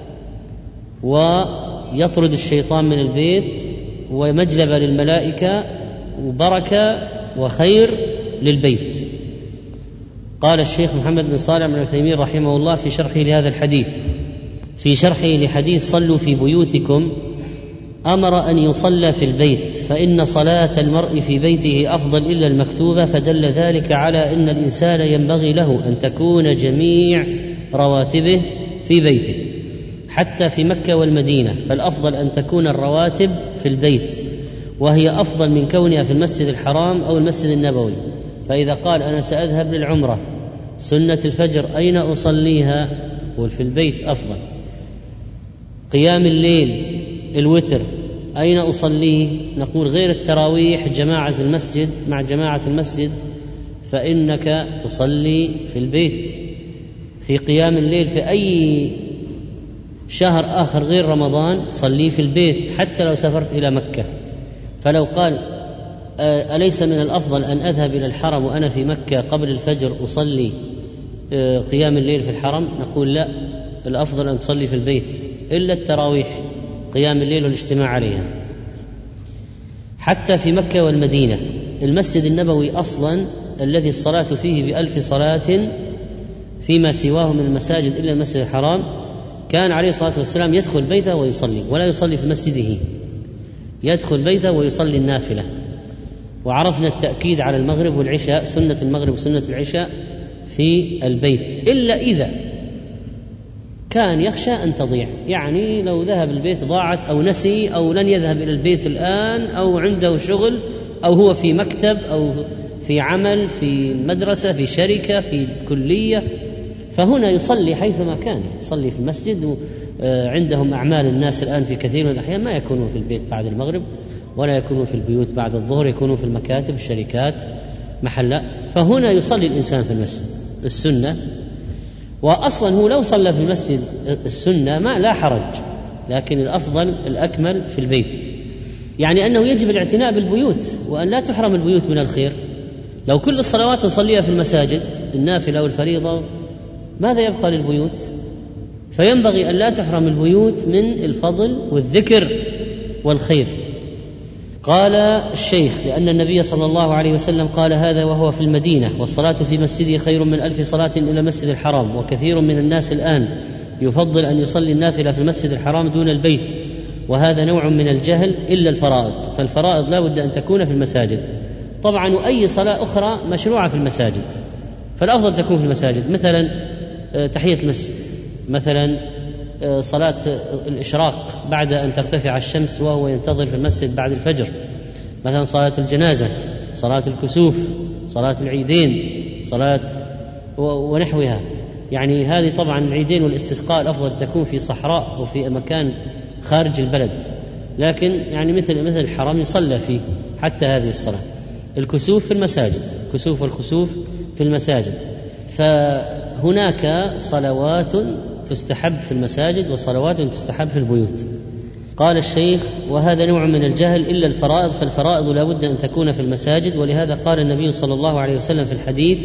ويطرد الشيطان من البيت، ومجلبة للملائكة، وبركة وخير للبيت. قال الشيخ محمد بن صالح بن عثيمين رحمه الله في شرحه لهذا الحديث، في شرحه لحديث صلوا في بيوتكم، أمر أن يصلى في البيت، فإن صلاة المرء في بيته أفضل إلا المكتوبة، فدل ذلك على أن الإنسان ينبغي له أن تكون جميع رواتبه في بيته، حتى في مكة والمدينة، فالأفضل أن تكون الرواتب في البيت، وهي أفضل من كونها في المسجد الحرام أو المسجد النبوي. فإذا قال أنا سأذهب للعمرة، سنة الفجر أين أصليها؟ قل في البيت أفضل. قيام الليل الوتر أين أصليه؟ نقول غير التراويح جماعة المسجد مع جماعة المسجد، فإنك تصلي في البيت. في قيام الليل في أي شهر آخر غير رمضان صلي في البيت، حتى لو سافرت إلى مكة. فلو قال أليس من الأفضل أن أذهب إلى الحرم وأنا في مكة قبل الفجر أصلي قيام الليل في الحرم؟ نقول لا، الأفضل أن تصلي في البيت، إلا التراويح قيام الليل والاجتماع عليها. حتى في مكة والمدينة المسجد النبوي أصلا الذي الصلاة فيه بألف صلاة فيما سواه من المساجد إلا المسجد الحرام، كان عليه الصلاة والسلام يدخل بيته ويصلي، ولا يصلي في مسجده، يدخل بيته ويصلي النافلة. وعرفنا التأكيد على المغرب والعشاء، سنة المغرب وسنة العشاء في البيت، إلا إذا كان يخشى أن تضيع، يعني لو ذهب البيت ضاعت أو نسي أو لن يذهب إلى البيت الآن أو عنده شغل أو هو في مكتب أو في عمل في مدرسة في شركة في كلية، فهنا يصلي حيثما كان، يصلي في المسجد. عندهم أعمال الناس الآن في كثير من الأحيان ما يكونون في البيت بعد المغرب ولا يكونون في البيوت بعد الظهر، يكونون في المكاتب الشركات محلات، فهنا يصلي الإنسان في المسجد السنة. وأصلا هو لو صلى في المسجد السنة ما لا حرج، لكن الأفضل الأكمل في البيت، يعني أنه يجب الاعتناء بالبيوت وأن لا تحرم البيوت من الخير. لو كل الصلوات نصليها في المساجد النافلة والفريضة ماذا يبقى للبيوت؟ فينبغي أن لا تحرم البيوت من الفضل والذكر والخير. قال الشيخ: لأن النبي صلى الله عليه وسلم قال هذا وهو في المدينة، والصلاة في مسجده خير من ألف صلاة إلى المسجد الحرام. وكثير من الناس الآن يفضل أن يصلي النافلة في المسجد الحرام دون البيت، وهذا نوع من الجهل إلا الفرائض، فالفرائض لا بد أن تكون في المساجد طبعا، وأي صلاة أخرى مشروعة في المساجد، فالأفضل تكون في المساجد، مثلا تحية المسجد، مثلا صلاة الإشراق بعد أن ترتفع الشمس وهو ينتظر في المسجد بعد الفجر، مثلا صلاة الجنازة، صلاة الكسوف، صلاة العيدين، صلاة ونحوها. يعني هذه طبعا العيدين والاستسقاء الأفضل تكون في صحراء أو في مكان خارج البلد، لكن يعني مثل مثل الحرم يصلى فيه حتى هذه الصلاة. الكسوف في المساجد، كسوف والخسوف في المساجد، فهناك صلوات تستحب في المساجد وصلوات تستحب في البيوت. قال الشيخ: وهذا نوع من الجهل إلا الفرائض، فالفرائض لا بد أن تكون في المساجد، ولهذا قال النبي صلى الله عليه وسلم في الحديث: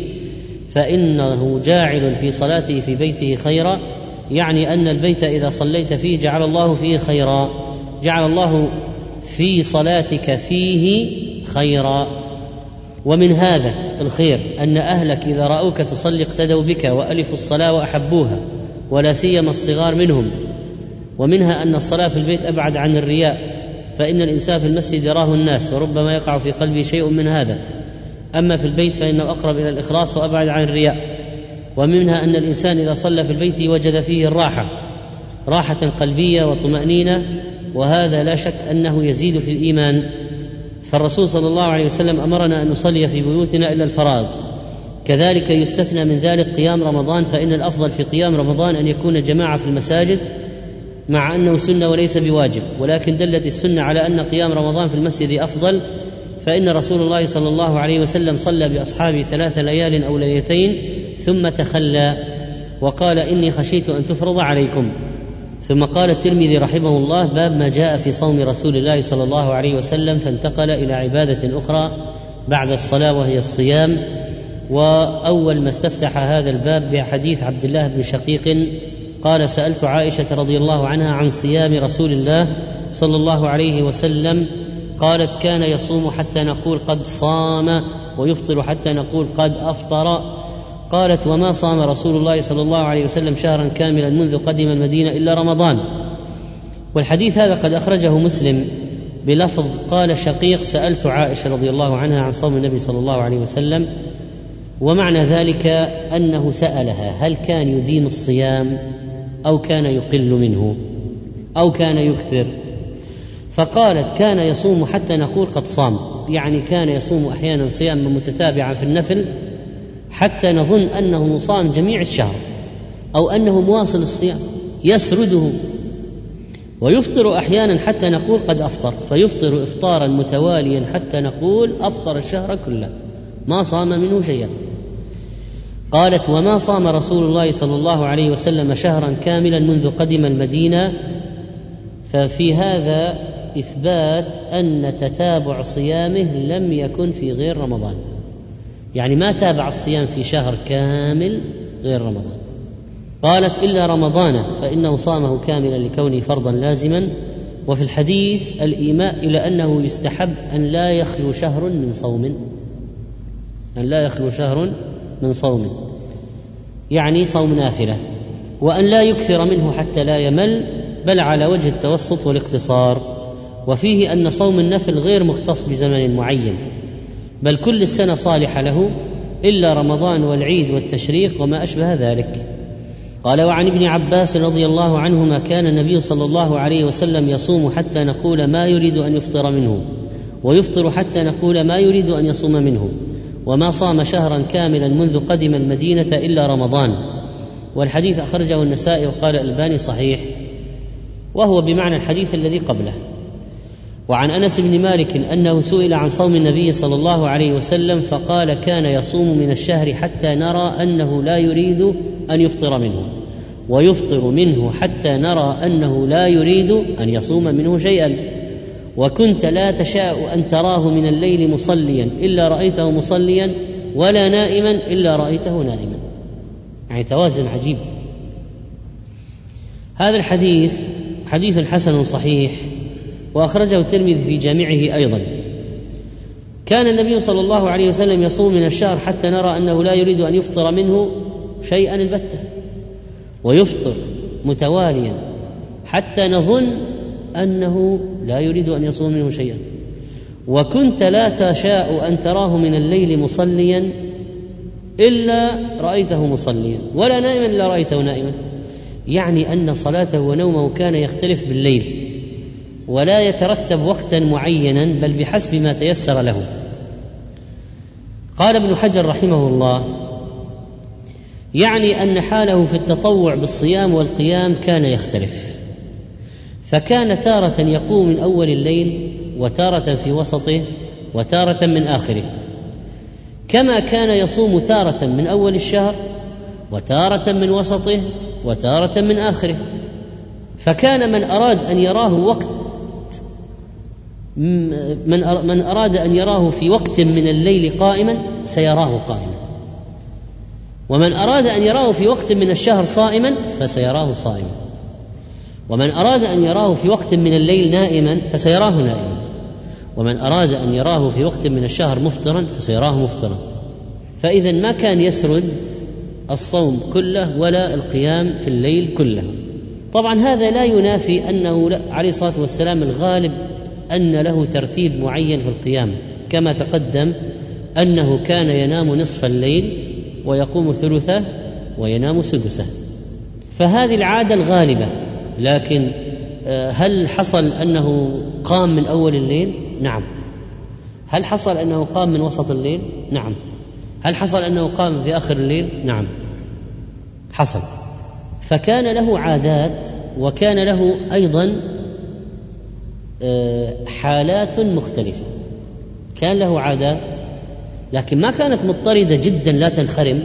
فإنه جاعل في صلاته في بيته خيرا، يعني أن البيت إذا صليت فيه جعل الله فيه خيرا، جعل الله في صلاتك فيه خيرا. ومن هذا الخير أن أهلك إذا رأوك تصلي اقتدوا بك وألفوا الصلاة وأحبوها، ولا سيما الصغار منهم. ومنها أن الصلاة في البيت أبعد عن الرياء، فإن الإنسان في المسجد يراه الناس وربما يقع في قلبه شيء من هذا، أما في البيت فإنه أقرب إلى الإخلاص وأبعد عن الرياء. ومنها أن الإنسان إذا صلى في البيت وجد فيه الراحة، راحة قلبية وطمأنينة، وهذا لا شك أنه يزيد في الإيمان. فالرسول صلى الله عليه وسلم أمرنا أن نصلي في بيوتنا إلا الفرائض. كذلك يستثنى من ذلك قيام رمضان، فإن الأفضل في قيام رمضان أن يكون جماعة في المساجد، مع أنه سنة وليس بواجب، ولكن دلت السنة على أن قيام رمضان في المسجد أفضل، فإن رسول الله صلى الله عليه وسلم صلى بأصحابه ثلاث ليال أو ليلتين ثم تخلى وقال: إني خشيت أن تفرض عليكم. ثم قال الترمذي رحمه الله: باب ما جاء في صوم رسول الله صلى الله عليه وسلم، فانتقل إلى عبادة أخرى بعد الصلاة وهي الصيام. وأول ما استفتح هذا الباب بحديث عبد الله بن شقيق قال: سألت عائشة رضي الله عنها عن صيام رسول الله صلى الله عليه وسلم، قالت: كان يصوم حتى نقول قد صام، ويفطر حتى نقول قد أفطر. قالت: وما صام رسول الله صلى الله عليه وسلم شهرا كاملا منذ قدم المدينة إلا رمضان. والحديث هذا قد أخرجه مسلم بلفظ: قال شقيق: سألت عائشة رضي الله عنها عن صوم النبي صلى الله عليه وسلم، ومعنى ذلك أنه سألها هل كان يديم الصيام أو كان يقل منه أو كان يكثر، فقالت: كان يصوم حتى نقول قد صام، يعني كان يصوم أحيانا صياما متتابعا في النفل حتى نظن أنه صام جميع الشهر أو أنه مواصل الصيام يسرده، ويفطر أحيانا حتى نقول قد أفطر، فيفطر إفطارا متواليا حتى نقول أفطر الشهر كله ما صام منه شيئا. قالت: وما صام رسول الله صلى الله عليه وسلم شهرا كاملا منذ قدم المدينة. ففي هذا إثبات أن تتابع صيامه لم يكن في غير رمضان، يعني ما تابع الصيام في شهر كامل غير رمضان. قالت: إلا رمضان فإنه صامه كاملا لكونه فرضا لازما. وفي الحديث الإيماء إلى أنه يستحب أن لا يخلو شهر من صوم، أن لا يخلو شهر من صوم، يعني صوم نافلة، وأن لا يكثر منه حتى لا يمل، بل على وجه التوسط والاقتصار. وفيه أن صوم النفل غير مختص بزمن معين، بل كل السنة صالحة له إلا رمضان والعيد والتشريق وما أشبه ذلك. قال: وعن ابن عباس رضي الله عنهما كان النبي صلى الله عليه وسلم يصوم حتى نقول ما يريد أن يفطر منه، ويفطر حتى نقول ما يريد أن يصوم منه، وما صام شهرا كاملا منذ قدم المدينة إلا رمضان. والحديث أخرجه النسائي وقال الألباني صحيح، وهو بمعنى الحديث الذي قبله. وعن أنس بن مالك أنه سئل عن صوم النبي صلى الله عليه وسلم فقال: كان يصوم من الشهر حتى نرى أنه لا يريد أن يفطر منه، ويفطر منه حتى نرى أنه لا يريد أن يصوم منه شيئا، وكنت لا تشاء أن تراه من الليل مصليا إلا رأيته مصليا، ولا نائما إلا رأيته نائما. يعني توازن عجيب. هذا الحديث حديث حسن صحيح، وأخرجه الترمذي في جامعه أيضا. كان النبي صلى الله عليه وسلم يصوم من الشهر حتى نرى أنه لا يريد أن يفطر منه شيئا البتة، ويفطر متواليا حتى نظن أنه لا يريد أن يصوم منه شيئا. وكنت لا تشاء أن تراه من الليل مصليا إلا رأيته مصليا، ولا نائما إلا رأيته نائما. يعني أن صلاته ونومه كان يختلف بالليل، ولا يترتب وقتا معينا، بل بحسب ما تيسر له. قال ابن حجر رحمه الله: يعني أن حاله في التطوع بالصيام والقيام كان يختلف، فكان تارة يقوم من أول الليل، وتارة في وسطه، وتارة من آخره، كما كان يصوم تارة من أول الشهر، وتارة من وسطه، وتارة من آخره. فكان من أراد أن يراه وقت من أراد أن يراه في وقت من الليل قائما سيراه قائما، ومن أراد أن يراه في وقت من الشهر صائما فسيراه صائما، ومن أراد أن يراه في وقت من الليل نائما فسيراه نائما، ومن أراد أن يراه في وقت من الشهر مفطرا فسيراه مفطرا. فإذا ما كان يسرد الصوم كله ولا القيام في الليل كله. طبعا هذا لا ينافي أنه عليه الصلاة والسلام الغالب أن له ترتيب معين في القيام، كما تقدم أنه كان ينام نصف الليل ويقوم ثلثه وينام سدسه، فهذه العادة الغالبة. لكن هل حصل أنه قام من أول الليل؟ نعم. هل حصل أنه قام من وسط الليل؟ نعم. هل حصل أنه قام في آخر الليل؟ نعم حصل. فكان له عادات، وكان له أيضا حالات مختلفة. كان له عادات لكن ما كانت مضطردة جدا لا تنخرم،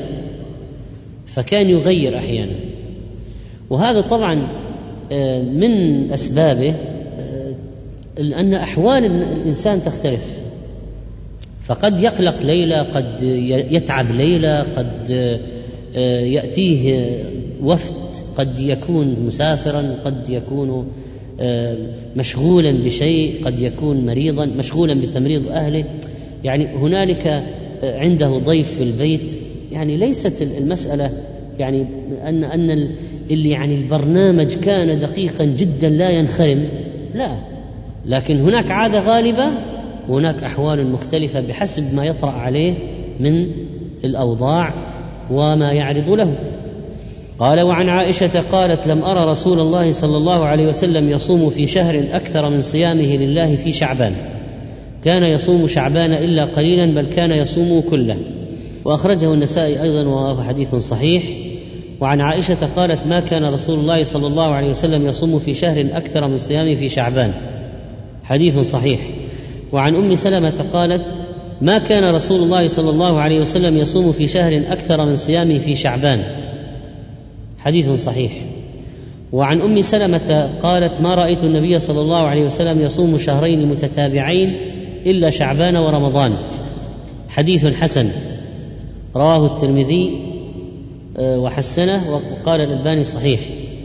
فكان يغير أحيانا. وهذا طبعا من أسبابه أن أحوال الإنسان تختلف، فقد يقلق ليلة، قد يتعب ليلة، قد يأتيه وفد، قد يكون مسافرا، قد يكون مشغولا بشيء، قد يكون مريضا مشغولا بتمريض أهله، يعني هنالك عنده ضيف في البيت. يعني ليست المسألة يعني أن أن اللي يعني البرنامج كان دقيقا جدا لا ينخرم، لا، لكن هناك عادة غالبة وهناك أحوال مختلفة بحسب ما يطرأ عليه من الأوضاع وما يعرض له. قال: وعن عائشة قالت: لم أرى رسول الله صلى الله عليه وسلم يصوم في شهر أكثر من صيامه لله في شعبان، كان يصوم شعبان إلا قليلا، بل كان يصوم كله. وأخرجه النسائي أيضا وهو حديث صحيح. وعن عائشة قالت: ما كان رسول الله صلى الله عليه وسلم يصوم في شهر أكثر من صيامه في شعبان، حديث صحيح. وعن أم سلمة قالت: ما كان رسول الله صلى الله عليه وسلم يصوم في شهر أكثر من صيامه في شعبان، حديث صحيح. وعن أم سلمة قالت: ما رأيت النبي صلى الله عليه وسلم يصوم شهرين متتابعين إلا شعبان ورمضان، حديث حسن، رواه الترمذي وحسنه وقال الألباني صحيح.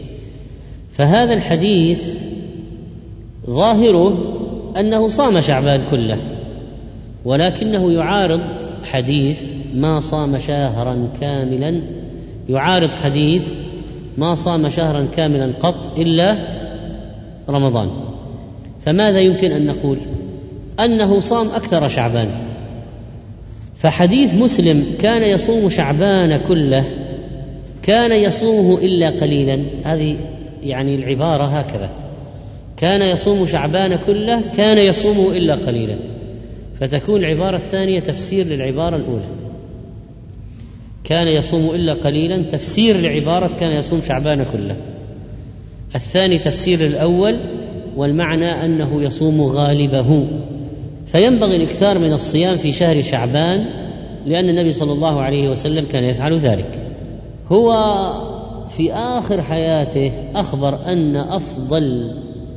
فهذا الحديث ظاهره أنه صام شعبان كله، ولكنه يعارض حديث ما صام شهرا كاملا، يعارض حديث ما صام شهرا كاملا قط إلا رمضان. فماذا يمكن أن نقول؟ أنه صام أكثر شعبان. فحديث مسلم كان يصوم شعبان كله كان يصومه إلا قليلا، هذه يعني العبارة هكذا، كان يصوم شعبان كله، كان يصومه إلا قليلا، فتكون العبارة الثانية تفسير للعبارة الأولى، كان يصوم إلا قليلا تفسير لعبارة كان يصوم شعبان كله، الثاني تفسير للأول، والمعنى أنه يصوم غالبه. فينبغي الإكثار من الصيام في شهر شعبان، لأن النبي صلى الله عليه وسلم كان يفعل ذلك. هو في آخر حياته أخبر أن أفضل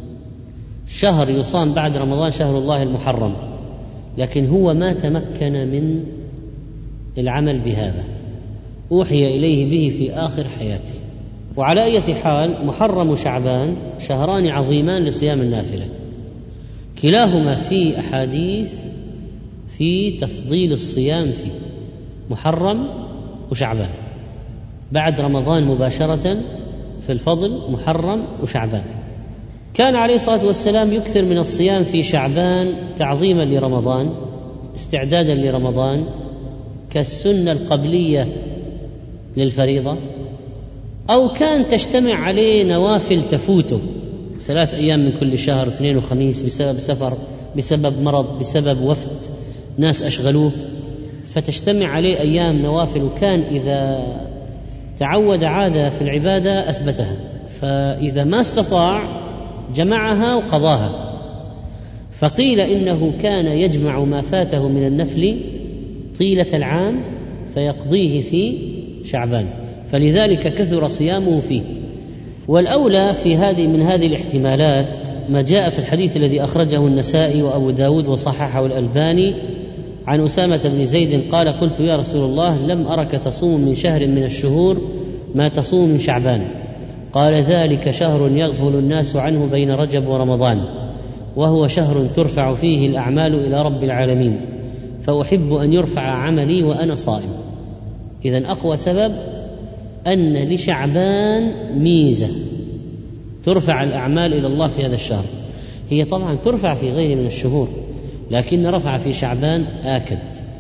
شهر يصام بعد رمضان شهر الله المحرم، لكن هو ما تمكن من العمل بهذا، أوحي إليه به في آخر حياته. وعلى أي حال، محرم وشعبان شهران عظيمان لصيام النافلة، كلاهما في أحاديث في تفضيل الصيام فيه، محرم وشعبان بعد رمضان مباشرة في الفضل، محرم وشعبان. كان عليه الصلاة والسلام يكثر من الصيام في شعبان تعظيما لرمضان، استعدادا لرمضان، كالسنة القبلية للفريضة، أو كان تجتمع عليه نوافل تفوته ثلاث أيام من كل شهر، اثنين وخميس، بسبب سفر، بسبب مرض، بسبب وفد ناس أشغلوه، فتجتمع عليه أيام نوافل، وكان إذا تعود عادة في العبادة أثبتها، فإذا ما استطاع جمعها وقضاها. فقيل إنه كان يجمع ما فاته من النفل طيلة العام فيقضيه في شعبان، فلذلك كثر صيامه فيه. والأولى في هذه من هذه الاحتمالات ما جاء في الحديث الذي أخرجه النسائي وأبو داود وصححه الألباني عن أسامة بن زيد قال: قلت يا رسول الله، لم أرك تصوم من شهر من الشهور ما تصوم من شعبان. قال: ذلك شهر يغفل الناس عنه بين رجب ورمضان، وهو شهر ترفع فيه الأعمال إلى رب العالمين، فأحب أن يرفع عملي وأنا صائم. إذن أقوى سبب أن لشعبان ميزة، ترفع الأعمال إلى الله في هذا الشهر. هي طبعا ترفع في غير من الشهور، لكن رفع في شعبان آكد.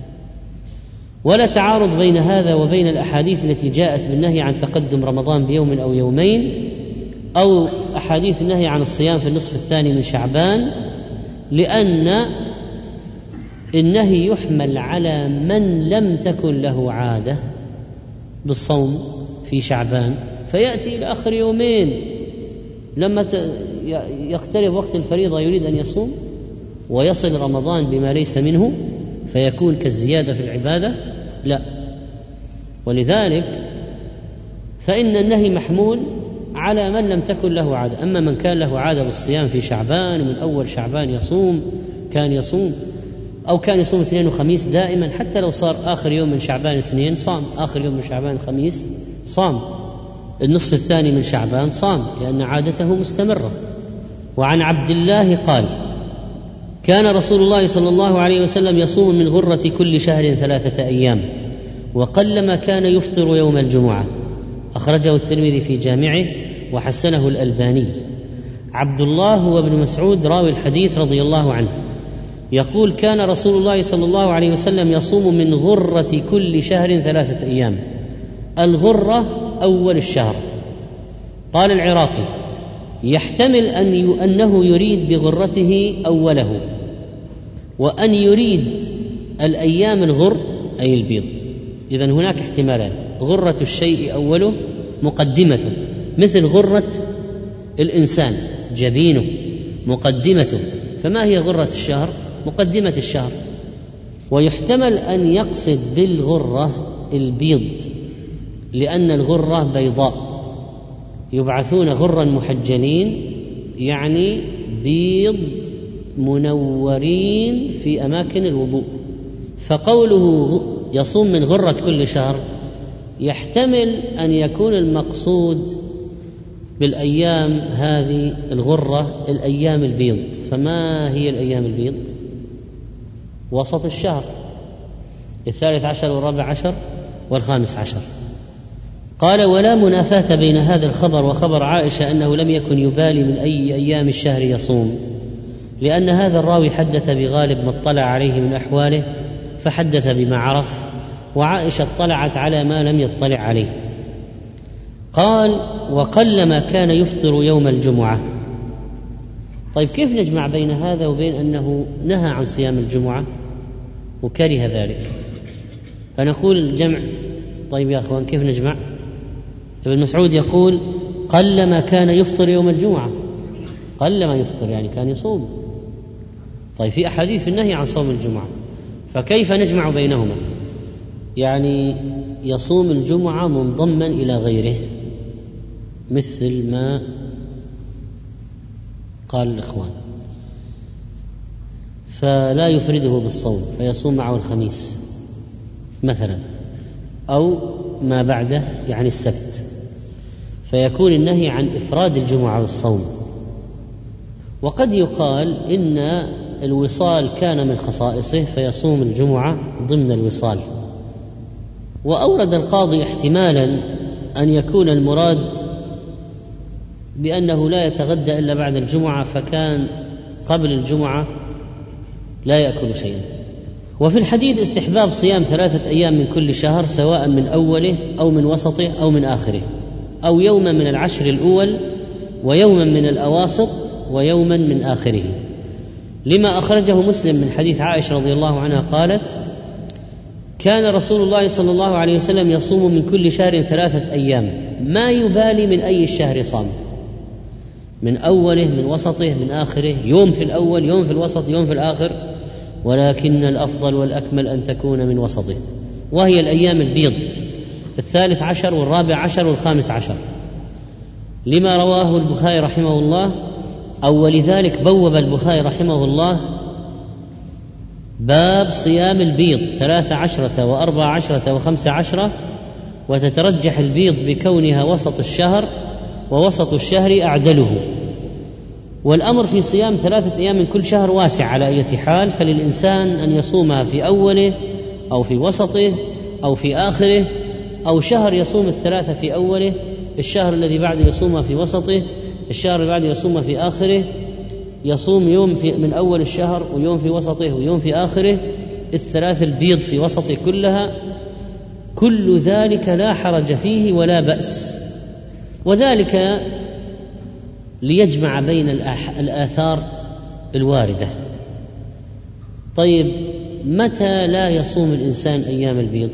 ولا تعارض بين هذا وبين الأحاديث التي جاءت بالنهي عن تقدم رمضان بيوم أو يومين، أو أحاديث النهي عن الصيام في النصف الثاني من شعبان، لأن النهي يحمل على من لم تكن له عادة بالصوم في شعبان، فيأتي إلى آخر يومين لما يقترب وقت الفريضة يريد أن يصوم، ويصل رمضان بما ليس منه، فيكون كالزيادة في العبادة. لا، ولذلك فإن النهي محمول على من لم تكن له عادة. أما من كان له عادة بالصيام في شعبان، ومن أول شعبان يصوم، كان يصوم، أو كان يصوم اثنين وخميس دائما، حتى لو صار آخر يوم من شعبان اثنين صام، آخر يوم من شعبان خميس صام، النصف الثاني من شعبان صام، لأن عادته مستمرة. وعن عبد الله قال: كان رسول الله صلى الله عليه وسلم يصوم من غرة كل شهر ثلاثة أيام، وقلما كان يفطر يوم الجمعة. أخرجه الترمذي في جامعه وحسنه الألباني. عبد الله هو ابن مسعود راوي الحديث رضي الله عنه، يقول: كان رسول الله صلى الله عليه وسلم يصوم من غرة كل شهر ثلاثة أيام. الغرة أول الشهر. قال العراقي: يحتمل أن ي... أنه يريد بغرته أوله، وأن يريد الأيام الغر أي البيض. إذن هناك احتمالان: غرة الشيء أوله، مقدمته، مثل غرة الإنسان جبينه مقدمته، فما هي غرة الشهر؟ مقدمة الشهر. ويحتمل أن يقصد بالغرة البيض، لأن الغرة بيضاء، يبعثون غرا محجلين، يعني بيض منورين في أماكن الوضوء. فقوله يصوم من غرة كل شهر يحتمل أن يكون المقصود بالأيام هذه الغرة الأيام البيض. فما هي الأيام البيض؟ وسط الشهر، الثالث عشر والرابع عشر والخامس عشر. قال: ولا منافاة بين هذا الخبر وخبر عائشة أنه لم يكن يبالي من أي أيام الشهر يصوم، لأن هذا الراوي حدث بغالب ما اطلع عليه من أحواله فحدث بما عرف، وعائشة اطلعت على ما لم يطلع عليه. قال وقلما كان يفطر يوم الجمعة. طيب كيف نجمع بين هذا وبين أنه نهى عن صيام الجمعة وكره ذلك؟ فنقول الجمع. طيب يا أخوان كيف نجمع؟ ابن مسعود يقول قلما كان يفطر يوم الجمعة، قلما يفطر يعني كان يصوم. طيب في أحاديث النهي عن صوم الجمعة، فكيف نجمع بينهما؟ يعني يصوم الجمعة منضما إلى غيره مثل ما قال الإخوان، فلا يفرده بالصوم فيصوم معه الخميس مثلا، أو ما بعده يعني السبت، فيكون النهي عن إفراد الجمعة بالصوم. وقد يقال إن الوصال كان من خصائصه فيصوم الجمعة ضمن الوصال. وأورد القاضي احتمالا أن يكون المراد بأنه لا يتغدى إلا بعد الجمعة، فكان قبل الجمعة لا يأكل شيئا. وفي الحديث استحباب صيام ثلاثة أيام من كل شهر سواء من أوله أو من وسطه أو من آخره، أو يوما من العشر الأول ويوما من الأواسط ويوما من آخره، لما أخرجه مسلم من حديث عائشة رضي الله عنها قالت كان رسول الله صلى الله عليه وسلم يصوم من كل شهر ثلاثة أيام ما يبالي من أي الشهر صام، من أوله من وسطه من آخره، يوم في الأول يوم في الوسط يوم في الآخر، ولكن الأفضل والأكمل أن تكون من وسطه، وهي الأيام البيض الثالث عشر والرابع عشر والخامس عشر، لما رواه البخاري رحمه الله. أو ولذلك بوب البخاري رحمه الله باب صيام البيض ثلاث عشرة وأربع عشرة وخمس عشرة، وتترجح البيض بكونها وسط الشهر ووسط الشهر أعدله. والأمر في صيام ثلاثة أيام من كل شهر واسع على أي حال، فللإنسان أن يصومها في أوله أو في وسطه أو في آخره، أو شهر يصوم الثلاثة في أوله، الشهر الذي بعده يصومها في وسطه، الشهر اللي بعده يصومها في آخره، يصوم يوم في من أول الشهر ويوم في وسطه ويوم في آخره، الثلاث البيض في وسطه كلها، كل ذلك لا حرج فيه ولا بأس، وذلك ليجمع بين الآثار الواردة. طيب متى لا يصوم الإنسان أيام البيض؟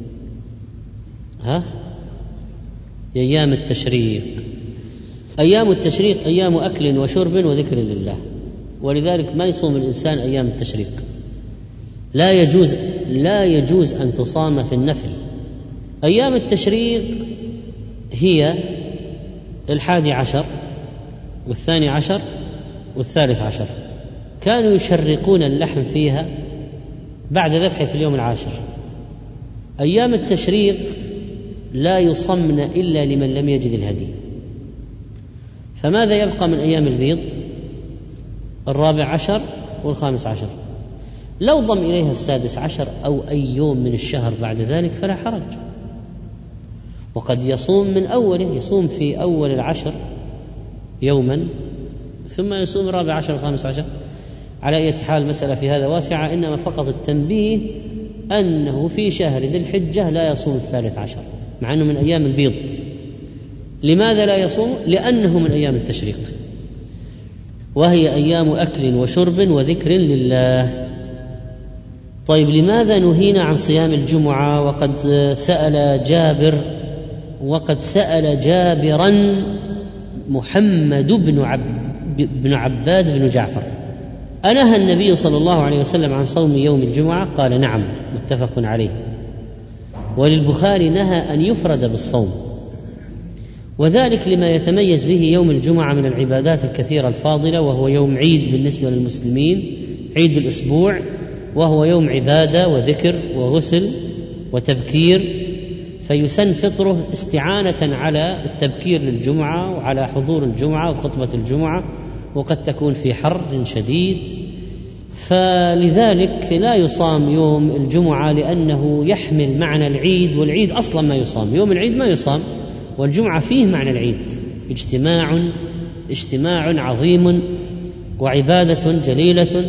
ها؟ أيام التشريق. أيام التشريق أيام أكل وشرب وذكر لله، ولذلك ما يصوم الإنسان أيام التشريق، لا يجوز لا يجوز أن تصام في النفل. أيام التشريق هي الحادي عشر والثاني عشر والثالث عشر، كانوا يشرقون اللحم فيها بعد ذبحه في اليوم العاشر. أيام التشريق لا يصمن إلا لمن لم يجد الهدي. فماذا يبقى من أيام البيض؟ الرابع عشر والخامس عشر، لو ضم إليها السادس عشر أو أي يوم من الشهر بعد ذلك فلا حرج. وقد يصوم من أوله، يصوم في أول العشر يوما ثم يصوم الرابع عشر والخامس عشر. على أي حال المسألة في هذا واسعة، إنما فقط التنبيه أنه في شهر ذي الحجة لا يصوم الثالث عشر مع أنه من أيام البيض. لماذا لا يصوم؟ لأنه من أيام التشريق، وهي أيام أكل وشرب وذكر لله. طيب لماذا نهينا عن صيام الجمعة؟ وقد سأل جابر وقد سأل جابرا محمد بن, عب بن عباد بن جعفر أنهى النبي صلى الله عليه وسلم عن صوم يوم الجمعة؟ قال نعم، متفق عليه. وللبخاري نهى أن يفرد بالصوم، وذلك لما يتميز به يوم الجمعة من العبادات الكثيرة الفاضلة، وهو يوم عيد بالنسبة للمسلمين، عيد الأسبوع، وهو يوم عبادة وذكر وغسل وتبكير، فيسن فطره استعانة على التبكير للجمعة وعلى حضور الجمعة وخطبة الجمعة، وقد تكون في حر شديد، فلذلك لا يصام يوم الجمعة لأنه يحمل معنى العيد، والعيد أصلا ما يصام، يوم العيد ما يصام، والجمعة فيه معنى العيد، اجتماع اجتماع عظيم وعبادة جليلة.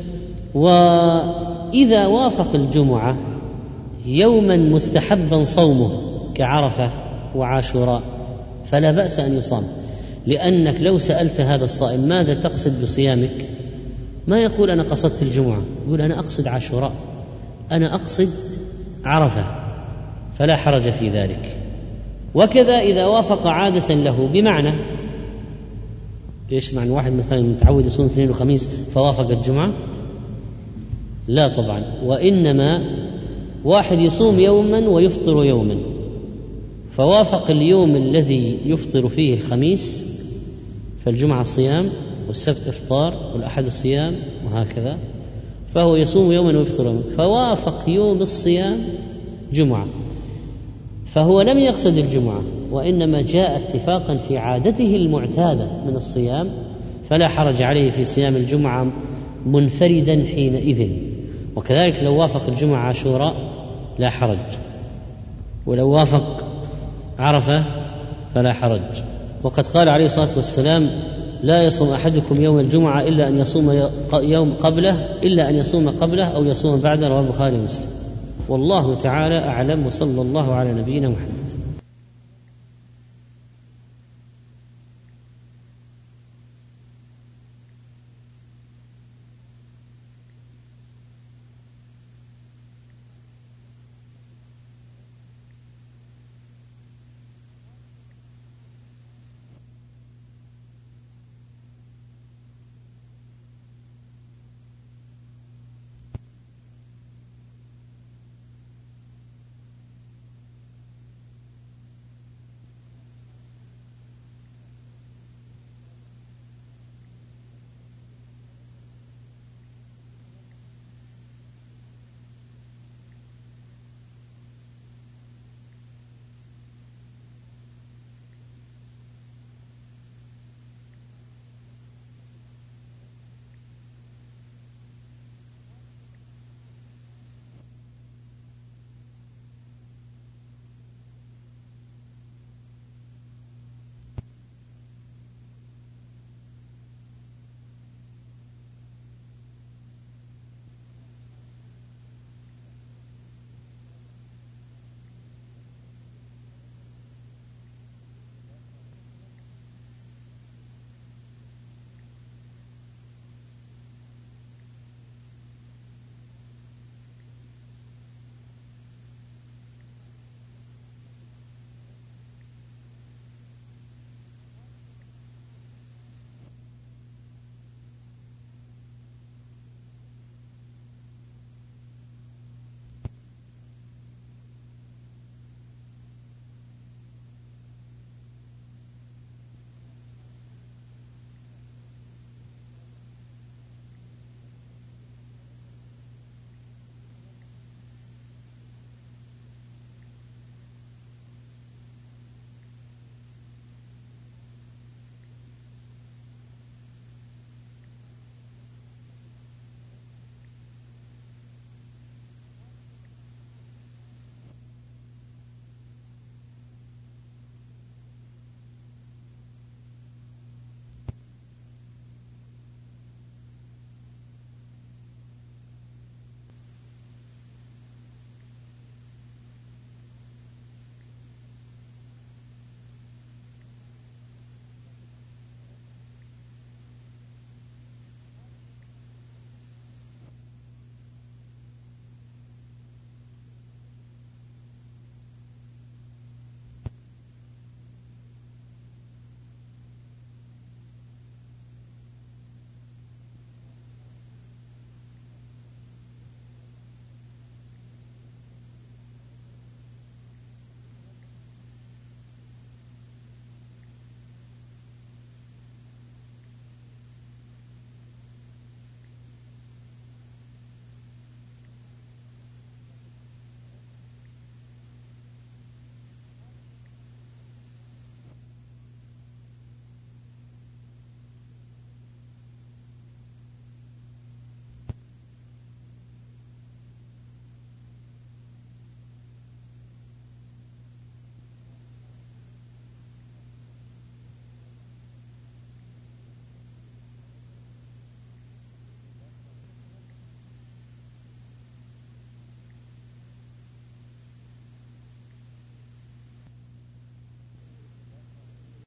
وإذا وافق الجمعة يوما مستحبا صومه كعرفة وعاشوراء فلا بأس أن يصام، لأنك لو سألت هذا الصائم ماذا تقصد بصيامك ما يقول أنا قصدت الجمعة، يقول أنا أقصد عاشوراء، أنا أقصد عرفة، فلا حرج في ذلك. وكذا إذا وافق عادة له، بمعنى إيش معنى واحد مثلا متعود يصوم اثنين وخميس فوافق الجمعة؟ لا طبعا، وإنما واحد يصوم يوما ويفطر يوما، فوافق اليوم الذي يفطر فيه الخميس فالجمعة صيام والسبت إفطار والأحد الصيام وهكذا، فهو يصوم يوما ويفطر يوما، فوافق يوم الصيام جمعة، فهو لم يقصد الجمعة وإنما جاء اتفاقا في عادته المعتادة من الصيام، فلا حرج عليه في صيام الجمعة منفردا حينئذ. وكذلك لو وافق الجمعة عاشوراء لا حرج، ولو وافق عرفة فلا حرج. وقد قال عليه الصلاة والسلام لا يصوم أحدكم يوم الجمعة إلا أن يصوم يوم قبله إلا أن يصوم قبله أو يصوم بعده، رواه البخاري ومسلم. والله تعالى أعلم، وصلى الله على نبينا محمد.